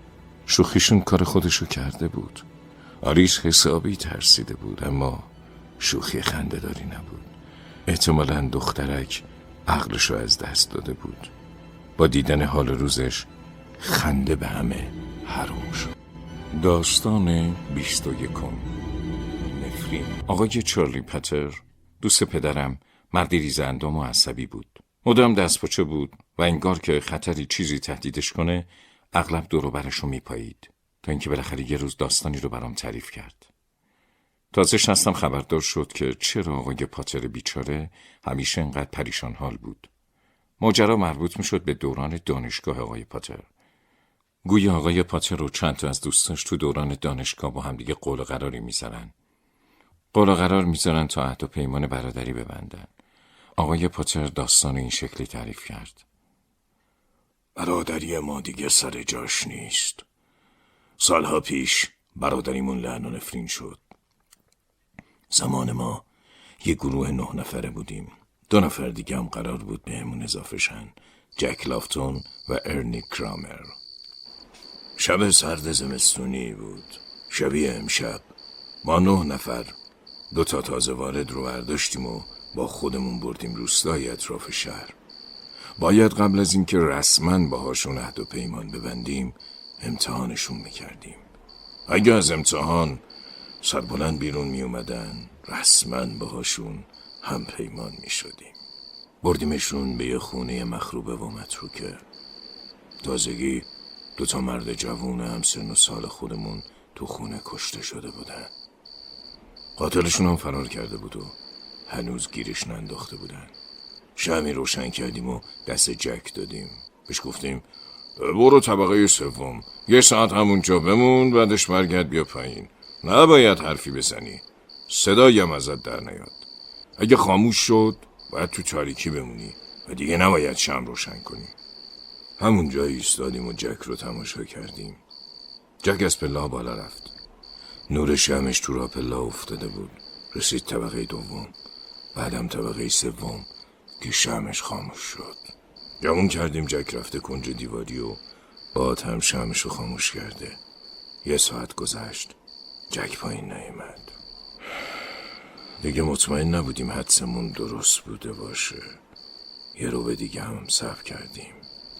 شوخیشون کار خودشو کرده بود. آلیس حسابی ترسیده بود، اما شوخی خنده داری نبود. احتمالاً دخترک عقلش رو از دست داده بود. با دیدن حال روزش خنده به همه حروم شد. داستان بیست و یکم. نفرین. آقای چارلی پتر، دوست پدرم، مردی ریزاندام و عصبی بود. مدام دستپاچه بود و انگار که خطری چیزی تهدیدش کنه اغلب دور و برش رو میپایید، تا اینکه بالاخره یه روز داستانی رو برام تعریف کرد. تازه شستم خبردار شد که چرا آقای پاتر بیچاره همیشه انقدر پریشان حال بود. ماجرا مربوط میشد به دوران دانشگاه آقای پاتر. گویا آقای پاتر و چند تا از دوستاش تو دوران دانشگاه با هم دیگه قول و قراری میذارن. قول و قرار میذارن تا عهد و پیمان برادری ببندن. آقای پاتر داستان این شکلی تعریف کرد. برادری ما دیگه سر جاش نیست. سالها پیش برادریمون لعن و نفرین شد. زمان ما یه گروه نه نفره بودیم. دو نفر دیگه هم قرار بود بهمون اضافه شن. جک لافتون و ارنی کرامر. شب سرد زمستونی بود. شبیه امشب ما نه نفر دو تا تازه وارد رو برداشتیم و با خودمون بردیم روستای اطراف شهر. باید قبل از اینکه رسما باهاشون عهد و پیمان ببندیم امتحانشون میکردیم. اگه از امتحان سربلند بیرون میومدن رسما باهاشون هم پیمان میشدیم. بردیمشون به یه خونه مخروبه و متروکه. تازگی دوتا مرد جوون هم سن و سال خودمون تو خونه کشته شده بودن. قاتلشون هم فرار کرده بود و هنوز گیرش ننداخته بودن. شمی روشن کردیم و دست جک دادیم. بهش گفتیم برو طبقه سوم، یه ساعت همونجا بمون، بعدش برگرد بیا پایین. نباید حرفی بزنی، صدایی هم ازت در نیاد. اگه خاموش شد باید تو تاریکی بمونی و دیگه نباید شم روشن کنی. همونجا ایستادیم و جک رو تماشا کردیم. جک از پله بالا رفت. نور شمش تو را پله افتاده بود. رسید طبقه دوم، بعدم طبقه سوم که شمش خاموش شد. گمون کردیم جک رفته کنج دیواری و بعد هم شمش رو خاموش کرده. یه ساعت گذشت، جک پایین نیامد. دیگه مطمئن نبودیم حدسمون درست بوده باشه. یه رو به دیگه هم صبر کردیم.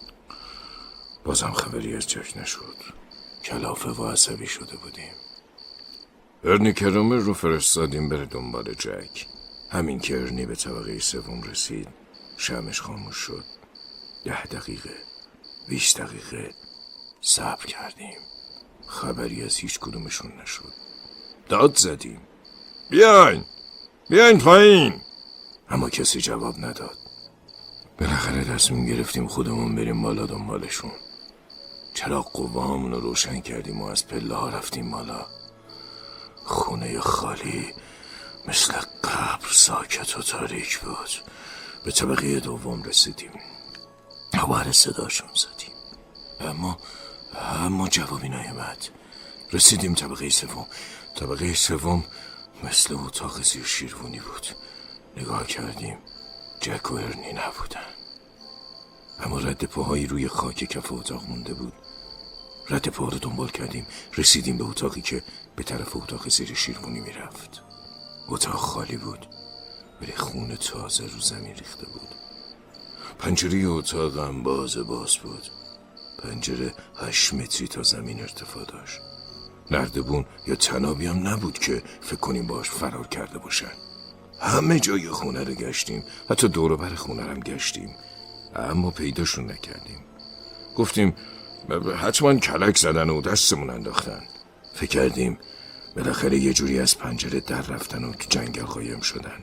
بازم خبری از جک نشد. کلافه و عصبی شده بودیم. ارنی کرامر رو فرستادیم بره دنبال جک. همین که ارنی به طبقه سوم رسید شمش خاموش شد. ده دقیقه بیست دقیقه صبر کردیم. خبری از هیچ کدومشون نشد. داد زدیم بیاین بیاین پایین، اما کسی جواب نداد. بالاخره تصمیم گرفتیم خودمون بریم بالا دنبالشون. چراغ قوامون رو روشن کردیم و از پله ها رفتیم بالا. خونه خالی مثل قبر ساکت و تاریک بود. به طبقه دوم رسیدیم. دوباره صداشون زدیم اما اما جوابی نیامد. رسیدیم طبقه سوم. طبقه سوم مثل اتاق زیر شیروانی بود. نگاه کردیم جک و ارنی نبودن، اما رد پاهایی روی خاک کف اتاق مونده بود. رد پا رو دنبال کردیم. رسیدیم به اتاقی که به طرف اتاق زیر شیروانی میرفت. اتاق خالی بود ولی خون تازه رو زمین ریخته بود. پنجره اتاق هم باز باز بود. پنجره هشت متری تا زمین ارتفاع داشت. نردبون یا تنابی هم نبود که فکر کنیم باش فرار کرده باشن. همه جای خونه رو گشتیم، حتی دور و بر خونه رو هم گشتیم، اما پیداشون نکردیم. گفتیم حتما کلک زدن و دستمون انداختن. فکر کردیم بالاخره یه جوری از پنجره در رفتن و تو جنگل قایم شدن.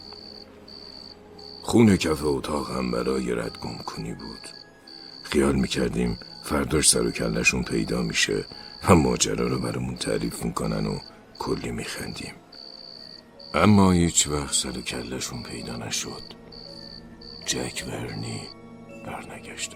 خون کف اتاق هم برای رد گم کنی بود. خیال میکردیم فرداش سر و کلشون پیدا میشه و ماجرا رو برامون تعریف میکنن و کلی میخندیم. اما هیچ وقت سر و کلشون پیدا نشد. جک و ارنی برنگشتن.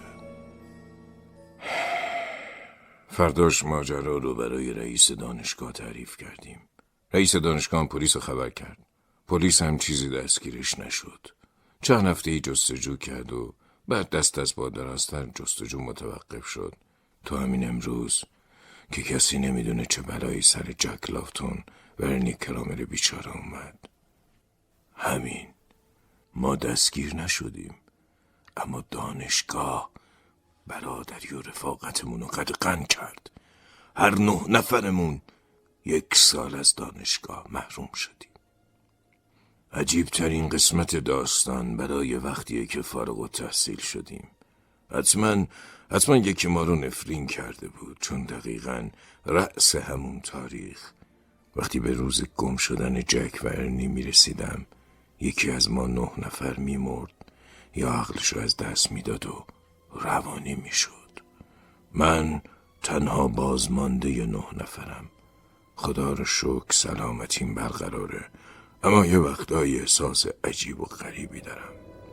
فرداش ماجرا رو برای رئیس دانشگاه تعریف کردیم. رئیس دانشگاه هم پلیس رو خبر کرد. پلیس هم چیزی دستگیرش نشد. چند هفته جستجو کرد و بعد دست از با دراستر جستجو متوقف شد تا همین امروز که کسی نمیدونه چه بلایی سر جک لافتون و ارنی کرامر بیچاره اومد. همین. ما دستگیر نشدیم، اما دانشگاه برادری و رفاقتمون رو قدغن کرد. هر نه نفرمون یک سال از دانشگاه محروم شدیم. عجیب ترین قسمت داستان برای وقتیه که فارغ التحصیل شدیم. حتما حتما یکی ما رو نفرین کرده بود، چون دقیقاً رأس همون تاریخ وقتی به روز گم شدن جک و ارنی می رسیدم، یکی از ما نه نفر می مرد یا عقلش رو از دست می داد و روانی می شد. من تنها بازمانده ی نه نفرم. خدا رو شکر سلامتیم برقراره، اما یه وقتایی احساس عجیب و غریبی دارم.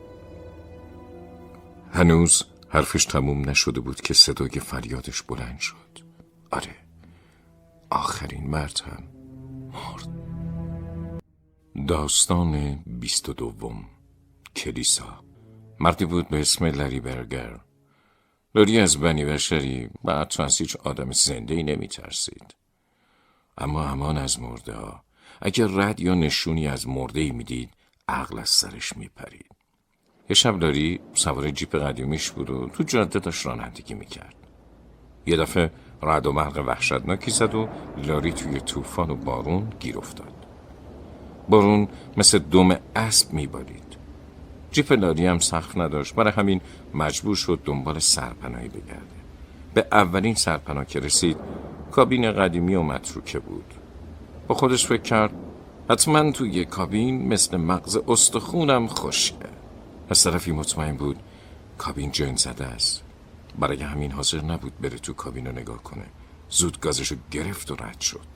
هنوز حرفش تموم نشده بود که صدای فریادش بلند شد. آره، آخرین مرد هم مرد. داستان بیست و دوم. کلیسا. مردی بود به اسم لری برگر. لری از بنی بشری و حتی از هیچ آدم زنده‌ای نمی ترسید. اما امان از مرده ها. اگر رد یا نشونی از مرده‌ای می دید، عقل از سرش می پرید. یه شب لری سوار جیپ قدیمیش بود و تو جاده داشت رانندگی می کرد. یه دفعه رعد و برق وحشتناکی زد و لری توی طوفان و بارون گیر افتاد. بارون مثل دم اسب می بالید. جیپ لری هم سقف نداشت، برای همین مجبور شد دنبال سرپناهی بگرده. به اولین سرپناه که رسید، کابین قدیمی و متروکه بود. با خودش فکر کرد حتما توی کابین مثل مغز استخونم خشکه. از طرفی مطمئن بود کابین جن زده است. برای همین حاضر نبود بره تو کابین رو نگاه کنه. زود گازشو گرفت و رد شد.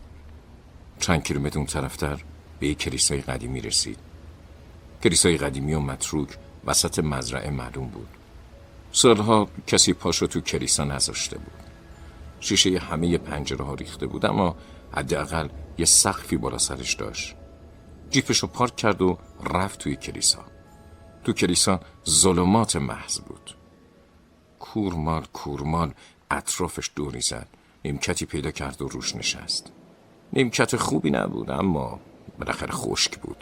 چند کیلومتر اون طرفتر به یک کلیسای قدیمی رسید. کلیسای قدیمی و متروک وسط مزرعه معلوم بود. سالها کسی پاشو تو کلیسا نذاشته بود. شیشه همه پنجره ها ریخته بود، اما حداقل یه سقفی بالا سرش داشت. جیپشو پارک کرد و رفت توی کلیسا. تو کلیسا ظلمات محض بود. کورمال کورمال اطرافش دوری زد. نیمکتی پیدا کرد و روش نشست. نیمکت خوبی نبود، اما بالاخره خشک بود.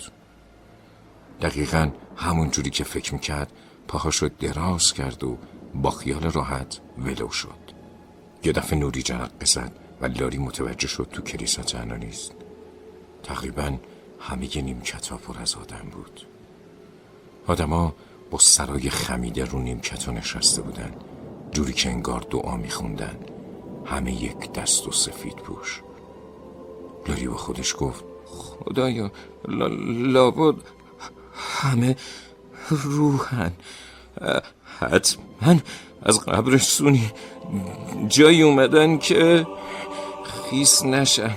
دقیقاً همون جوری که فکر میکرد پاهاشو دراز کرد و با خیال راحت ولو شد. یه دفعه نوری جرقه زد و لاری متوجه شد تو کلیسا تنها نیست. تقریباً همه نیمکت‌ها پر از آدم بود. آدما با سرای خمیده رو نیمکت‌ها نشسته بودن، جوری که انگار دعا میخوندن. همه یک دست و سفید پوش. لاری با خودش گفت خدایا، لابد همه روحن. حتما از قبرستونی جایی اومدن که خیس نشن.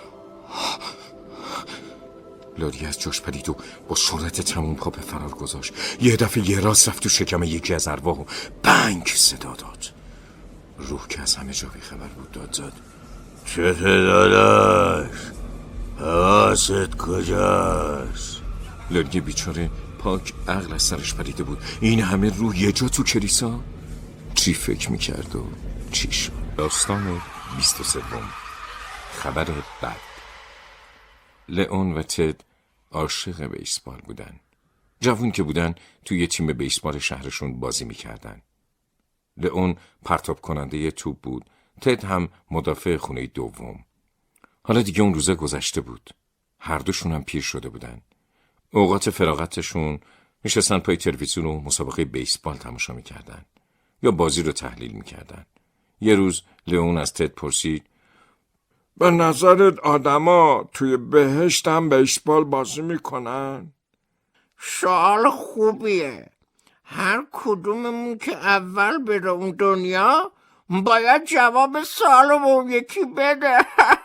لاری از جاش پرید و با سرعت تموم پا به فرار گذاشت. یه دفعه یه راست رفت تو شکم یکی از ارواح و بنگ صدا داد. روح که از همه جا بیخبر بود داد زد چته داداش؟ حواست کجاست؟ لاری بیچاره پاک عقل از سرش پریده بود. این همه روح یه جا تو کلیسا؟ چی فکر میکرد و چی شد؟ داستان بیست و سوم. خبر بد. لئون و تد عاشق بیسبال بودن. جوون که بودن توی تیم بیسبال شهرشون بازی میکردن. لئون پرتاب کننده یه توپ بود، تد هم مدافع خونه دوم. حالا دیگه اون روزه گذشته بود. هر دوشون هم پیر شده بودن. اوقات فراغتشون میشستن پای تلویزیون و مسابقه بیسبال تماشا میکردن یا بازی رو تحلیل میکردن. یه روز لئون از تد پرسید به نظرت آدما توی بهشت هم بیسبال بازی میکنن؟ سوال خوبیه. هر کدوممون که اول بره اون دنیا باید جواب سوالو به اون یکی بده.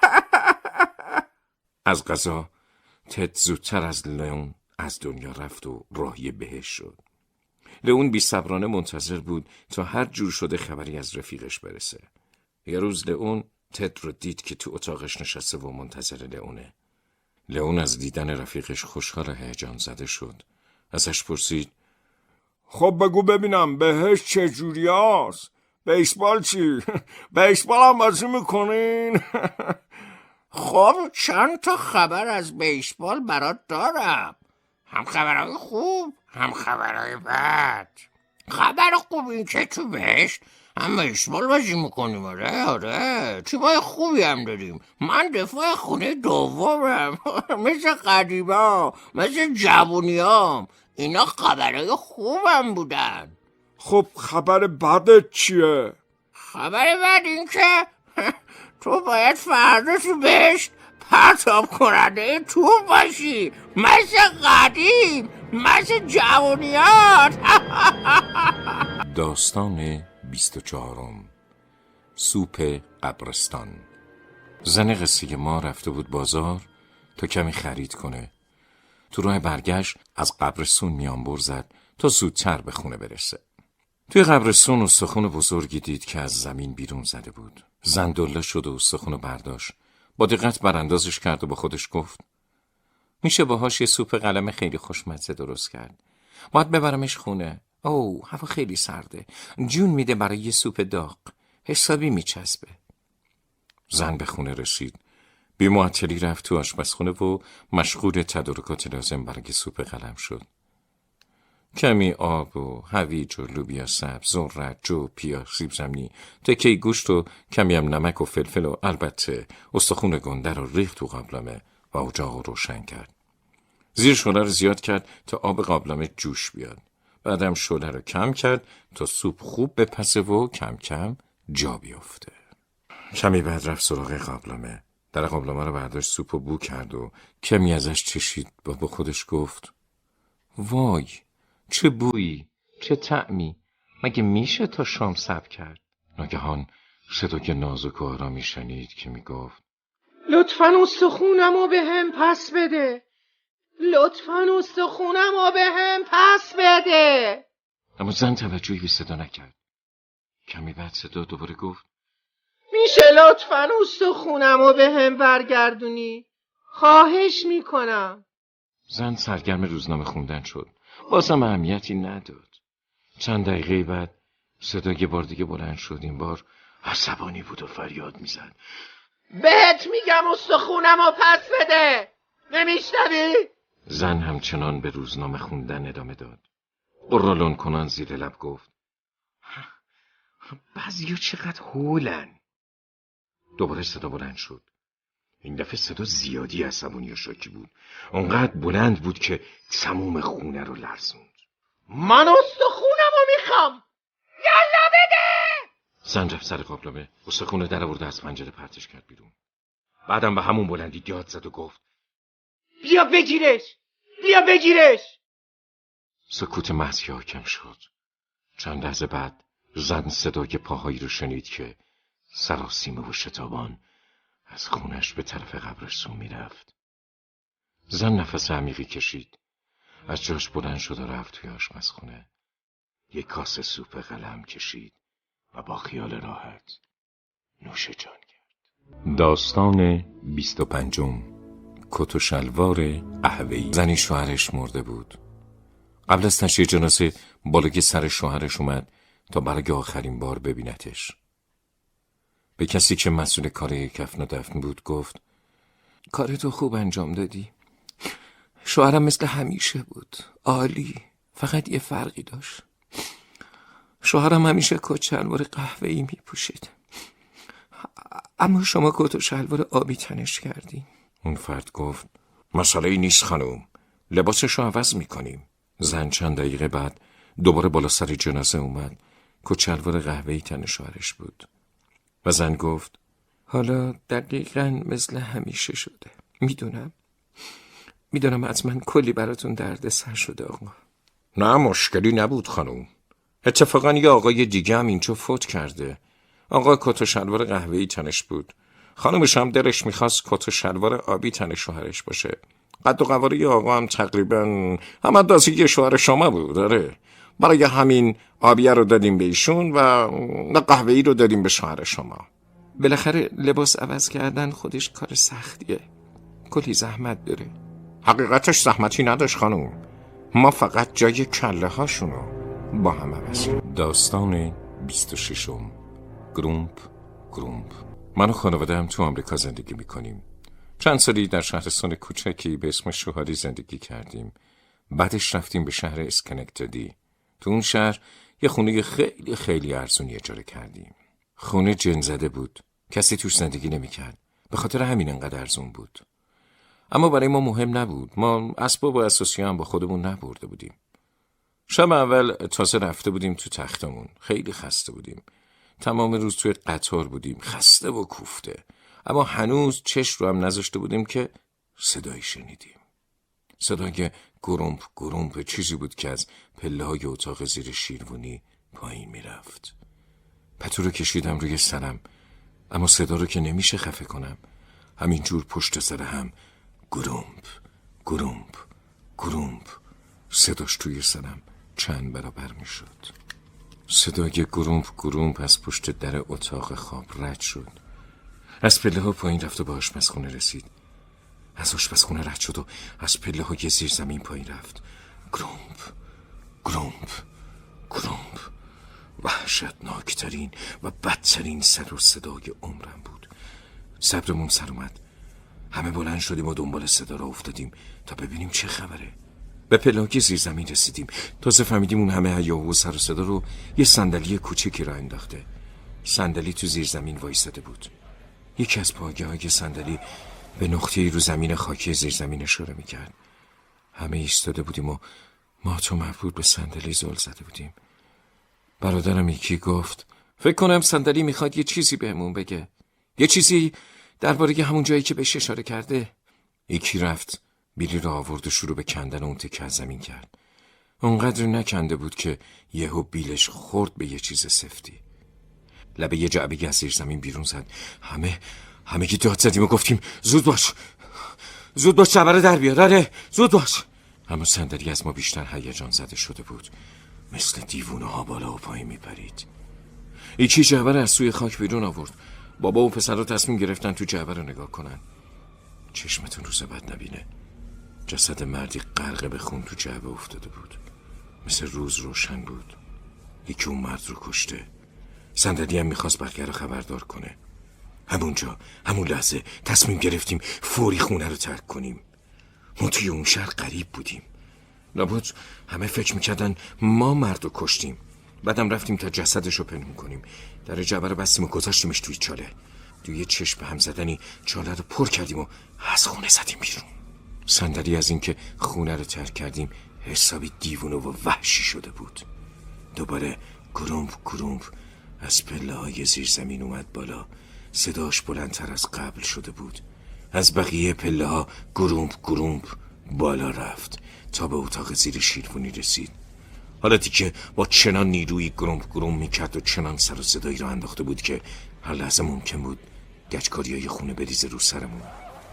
از قضا تد زودتر از لئون از دنیا رفت و راهی بهشت شد. لئون بی‌صبرانه منتظر بود تا هر جور شده خبری از رفیقش برسه. یه روز لئون تد رو دید که تو اتاقش نشسته و منتظر لئونه. لئون از دیدن رفیقش خوشحال و هیجان زده شد. ازش پرسید خب بگو ببینم بهشت چه جوری هست؟ بیسبال چی؟ بیسبال هم بازی میکنین؟ خب چند تا خبر از بیسبال برات دارم. هم خبرهای خوب هم خبرهای بد. خبر خوب این که تو بهشت هم بیسبال بازی میکنیم. آره آره تیمای خوبی هم داریم. من دفاع خونه دومم. مثل قدیما، مثل جوونیام. اینا خبرهای خوبم بودن. خب خبر بدت چیه؟ خبر بد این که تو باید فردا تو بهشت پرتاب کننده توپ باشی، مثل قدیم، مثل جوانیات. داستان بیست و چهارم، سوپ قبرستان. زن قصه ما رفته بود بازار تا کمی خرید کنه. تو راه برگشت از قبرستون میانبر زد تا زودتر به خونه برسه. توی قبرستون استخون بزرگی دید که از زمین بیرون زده بود. زن دله شد و استخون برداشت. با دقت براندازش کرد و با خودش گفت میشه باهاش یه سوپ قلم خیلی خوشمزه درست کرد. باید ببرمش خونه. اوه هوا خیلی سرده. جون میده برای یه سوپ داغ. حسابی میچسبه. زن به خونه رسید. بی معطلی رفت تو آشپزخونه و مشغول تدارکات لازم برای سوپ قلم شد. کمی آب و هویج و لوبیا سبز، ذرت، جو، پیاز، سیب زمینی، تکه گوشت و کمی هم نمک و فلفل و البته استخون گنده رو ریخت تو قابلمه و اجاق رو روشن کرد. زیر شعله رو زیاد کرد تا آب قابلمه جوش بیاد. بعدم شعله رو کم کرد تا سوپ خوب بپزه و کم کم جا بیفته. کمی بعد رفت سراغ قابلمه. در قابلمه رو برداشت، سوپ رو بو کرد و کمی ازش چشید و با خودش گفت وای چه بویی، چه طعمی، مگه میشه تا شام صبر کرد؟ ناگهان صدای نازک و آرامی شنید که میگفت لطفاً استخونمو به هم پس بده. لطفاً استخونمو به هم پس بده. اما زن توجهی به صدا نکرد. کمی بعد صدا دوباره گفت میشه لطفاً استخونمو به هم برگردونی؟ خواهش میکنم. زن سرگرم روزنامه خوندن شد. بازم اهمیتی نداد. چند دقیقه بعد صدا یه بار دیگه بلند شد. این بار عصبانی بود و فریاد میزد بهت میگم استخونمو پس بده. نمیشنوی؟ زن همچنان به روزنامه خوندن ادامه داد. قرالون کنان زیر لب گفت بعضیا چقدر هولن. دوباره صدا بلند شد. این دفعه صدا زیادی عصبانی و شاکی بود. اونقدر بلند بود که تموم خونه رو لرزوند. من استخونمو میخوام. یالا بده. زن رفت سر قابلمه، استخونه در آورد از پنجره پرتش کرد بیرون. بعدم به همون بلندی داد زد و گفت بیا بگیرش. بیا بگیرش. سکوت محضی حاکم شد. چند لحظه بعد زن صدای پاهایی رو شنید که سراسیمه و شتابان از خونش به طرف قبرستون میرفت. زن نفس عمیقی کشید. از جاش بلند شد و رفت توی آشپزخونه. یک کاسه سوپ قلم کشید و با خیال راحت نوش جان کرد. داستان بیست و پنجم، کت و شلوار قهوه‌ای. زنی شوهرش مرده بود. قبل از تشییع جنازه بالای سر شوهرش اومد تا برای آخرین بار ببینتش. به کسی که مسئول کار کفن و دفن بود گفت کارتو خوب انجام دادی. شوهرم مثل همیشه بود، عالی، فقط یه فرقی داشت. شوهرم همیشه کت شلوار قهوه‌ای می پوشید، اما شما کت و شلوار آبی تنش کردی. اون فرد گفت مسئله نیست خانم، لباسشو عوض میکنیم. زن چند دقیقه بعد دوباره بالا سر جنازه اومد. کت شلوار قهوه‌ای تن شوهرش بود و زن گفت حالا دقیقاً مثل همیشه شده. میدونم میدونم از من کلی براتون درد سر شده آقا. نه مشکلی نبود خانم. اتفاقاً یه آقای دیگه هم اینجا فوت کرده. آقا کت و شلوار قهوه‌ای تنش بود. خانمش هم دلش میخواست کت و شلوار آبی تن شوهرش باشه. قد و قواره آقا هم تقریباً هم اندازه یه شوهر شما بود. داره برای همین آبیه رو دادیم به ایشون و قهوه‌ای رو دادیم به شوهر شما. بالاخره لباس عوض کردن خودش کار سختیه، کلی زحمت داره. حقیقتش زحمتی نداشت خانم، ما فقط جای کله هاشونو با هم عوض کردیم. داستان بیست و ششم، گرومپ گرومپ. من و خانواده‌ام تو آمریکا زندگی میکنیم. چند سالی در شهرستان کوچکی به اسم شوهاری زندگی کردیم بعدش رفتیم به شهر اسکنکتدی. تو اون شهر یه خونه خیلی خیلی ارزونی اجاره کردیم. خونه جن زده بود. کسی توش زندگی نمی‌کرد. به خاطر همین انقدر ارزون بود. اما برای ما مهم نبود. ما اسباب و اساسی هم با خودمون نبرده بودیم. شب اول تازه رفته بودیم تو تختمون. خیلی خسته بودیم. تمام روز توی قطار بودیم. خسته و کوفته. اما هنوز چشم رو هم نذاشته بودیم که صدایی شنیدیم. صدای گرومپ گرومپ چیزی بود که از پله های اتاق زیر شیروانی پایین میرفت. پتو رو کشیدم روی سرم، اما صدا رو که نمیشه خفه کنم. همینجور پشت سر هم گرومپ گرومپ گرومپ صداش توی سرم چند برابر میشد. صدای گرومپ گرومپ از پشت در اتاق خواب رد شد. از پله ها پایین رفت و به آشپزخونه رسید. از آشپزخونه رد شد و از پله های زیر زمین پایین رفت. گرومپ گرومپ گرومپ وحشتناکترین و بدترین سر و صدای عمرم بود. صبرمون سر اومد. همه بلند شدیم و دنبال صدا را افتادیم تا ببینیم چه خبره. به پلاک زیر زمین رسیدیم. تازه فهمیدیم اون همه هیاهو و سر و صدا رو یه صندلی کوچکی را انداخته. صندلی تو زیر زمین وایساده بود. یکی از پاگه های صندلی به نقطه‌ای رو زمین خاکی زیر زمین اشاره میکرد. همه ایستاده بودیم و ما تو مربوط به صندلی زل زده بودیم. برادرم یکی گفت فکر کنم صندلی میخواد یه چیزی بهمون بگه. یه چیزی درباره همون جایی که بهش اشاره کرده. یکی رفت بیلی را آورد و شروع به کندن اون تکه از زمین کرد. اونقدر نکنده بود که یهو بیلش خورد به یه چیز سفتی. لبه یه جعبه از زیر زمین بیرون زد. همه همه که داد زدیم و گفتیم زود باش زود باش جعبه رو در بیار. آره زود باش. اما صندلی از ما بیشتر هیجان زده شده بود. مثل دیوونه ها بالا و پایین میپرید. یکی جعبه رو از سوی خاک بیرون آورد. بابا و پسر رو تصمیم گرفتن تو جعبه رو نگاه کنن. چشمتون روز بد نبینه. جسد مردی غرق به خون تو جعبه افتاده بود. مثل روز روشن بود. یکی اون مرد رو کشته. صندلی هم میخواست بقیه رو خبردار کنه. همونجا همون لحظه تصمیم گرفتیم فوری خونه رو ترک کنیم. ما توی اون شهر غریب بودیم. لابد همه فکر میکردن ما مرد رو کشتیم. بعدم رفتیم تا جسدش رو پنهون کنیم. در جعبه رو بستیم و گذاشتیمش توی چاله. توی چشم به هم زدنی چاله رو پر کردیم و از خونه زدیم بیرون. صندلی از اینکه خونه رو ترک کردیم حسابی دیوونه و وحشی شده بود. دوباره گرومپ گرومپ از پله های زیر زمین اومد بالا. صداش بلندتر از قبل شده بود. از بقیه پله ها گرومپ گرومپ بالا رفت تا به اتاق زیر شیروانی رسید. حالتی که با چنان نیروی گرومپ گروم میکرد و چنان سر و صدایی را انداخته بود که هر لحظه ممکن بود گچکاری های خونه بریزه رو سرمون.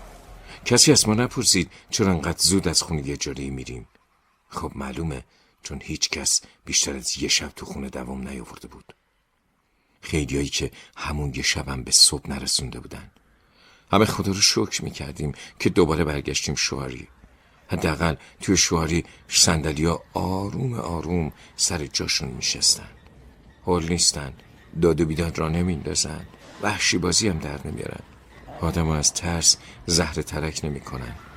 کسی از ما نپرسید چرا انقدر زود از خونه اجاره‌ای میریم. خب معلومه، چون هیچ کس بیشتر از یه شب تو خونه دوام نیاورده بود. خیلیایی که همون یه شبم به صبح نرسونده بودن. همه خدا رو شکر میکردیم که دوباره برگشتیم شوهری. حداقل توی شوهری صندلی‌ها آروم آروم سر جاشون میشستن. هول نیستن، داد و بیداد را نمیندازن، وحشی بازی هم در نمیارن. آدم از ترس زهر ترک نمی کنن.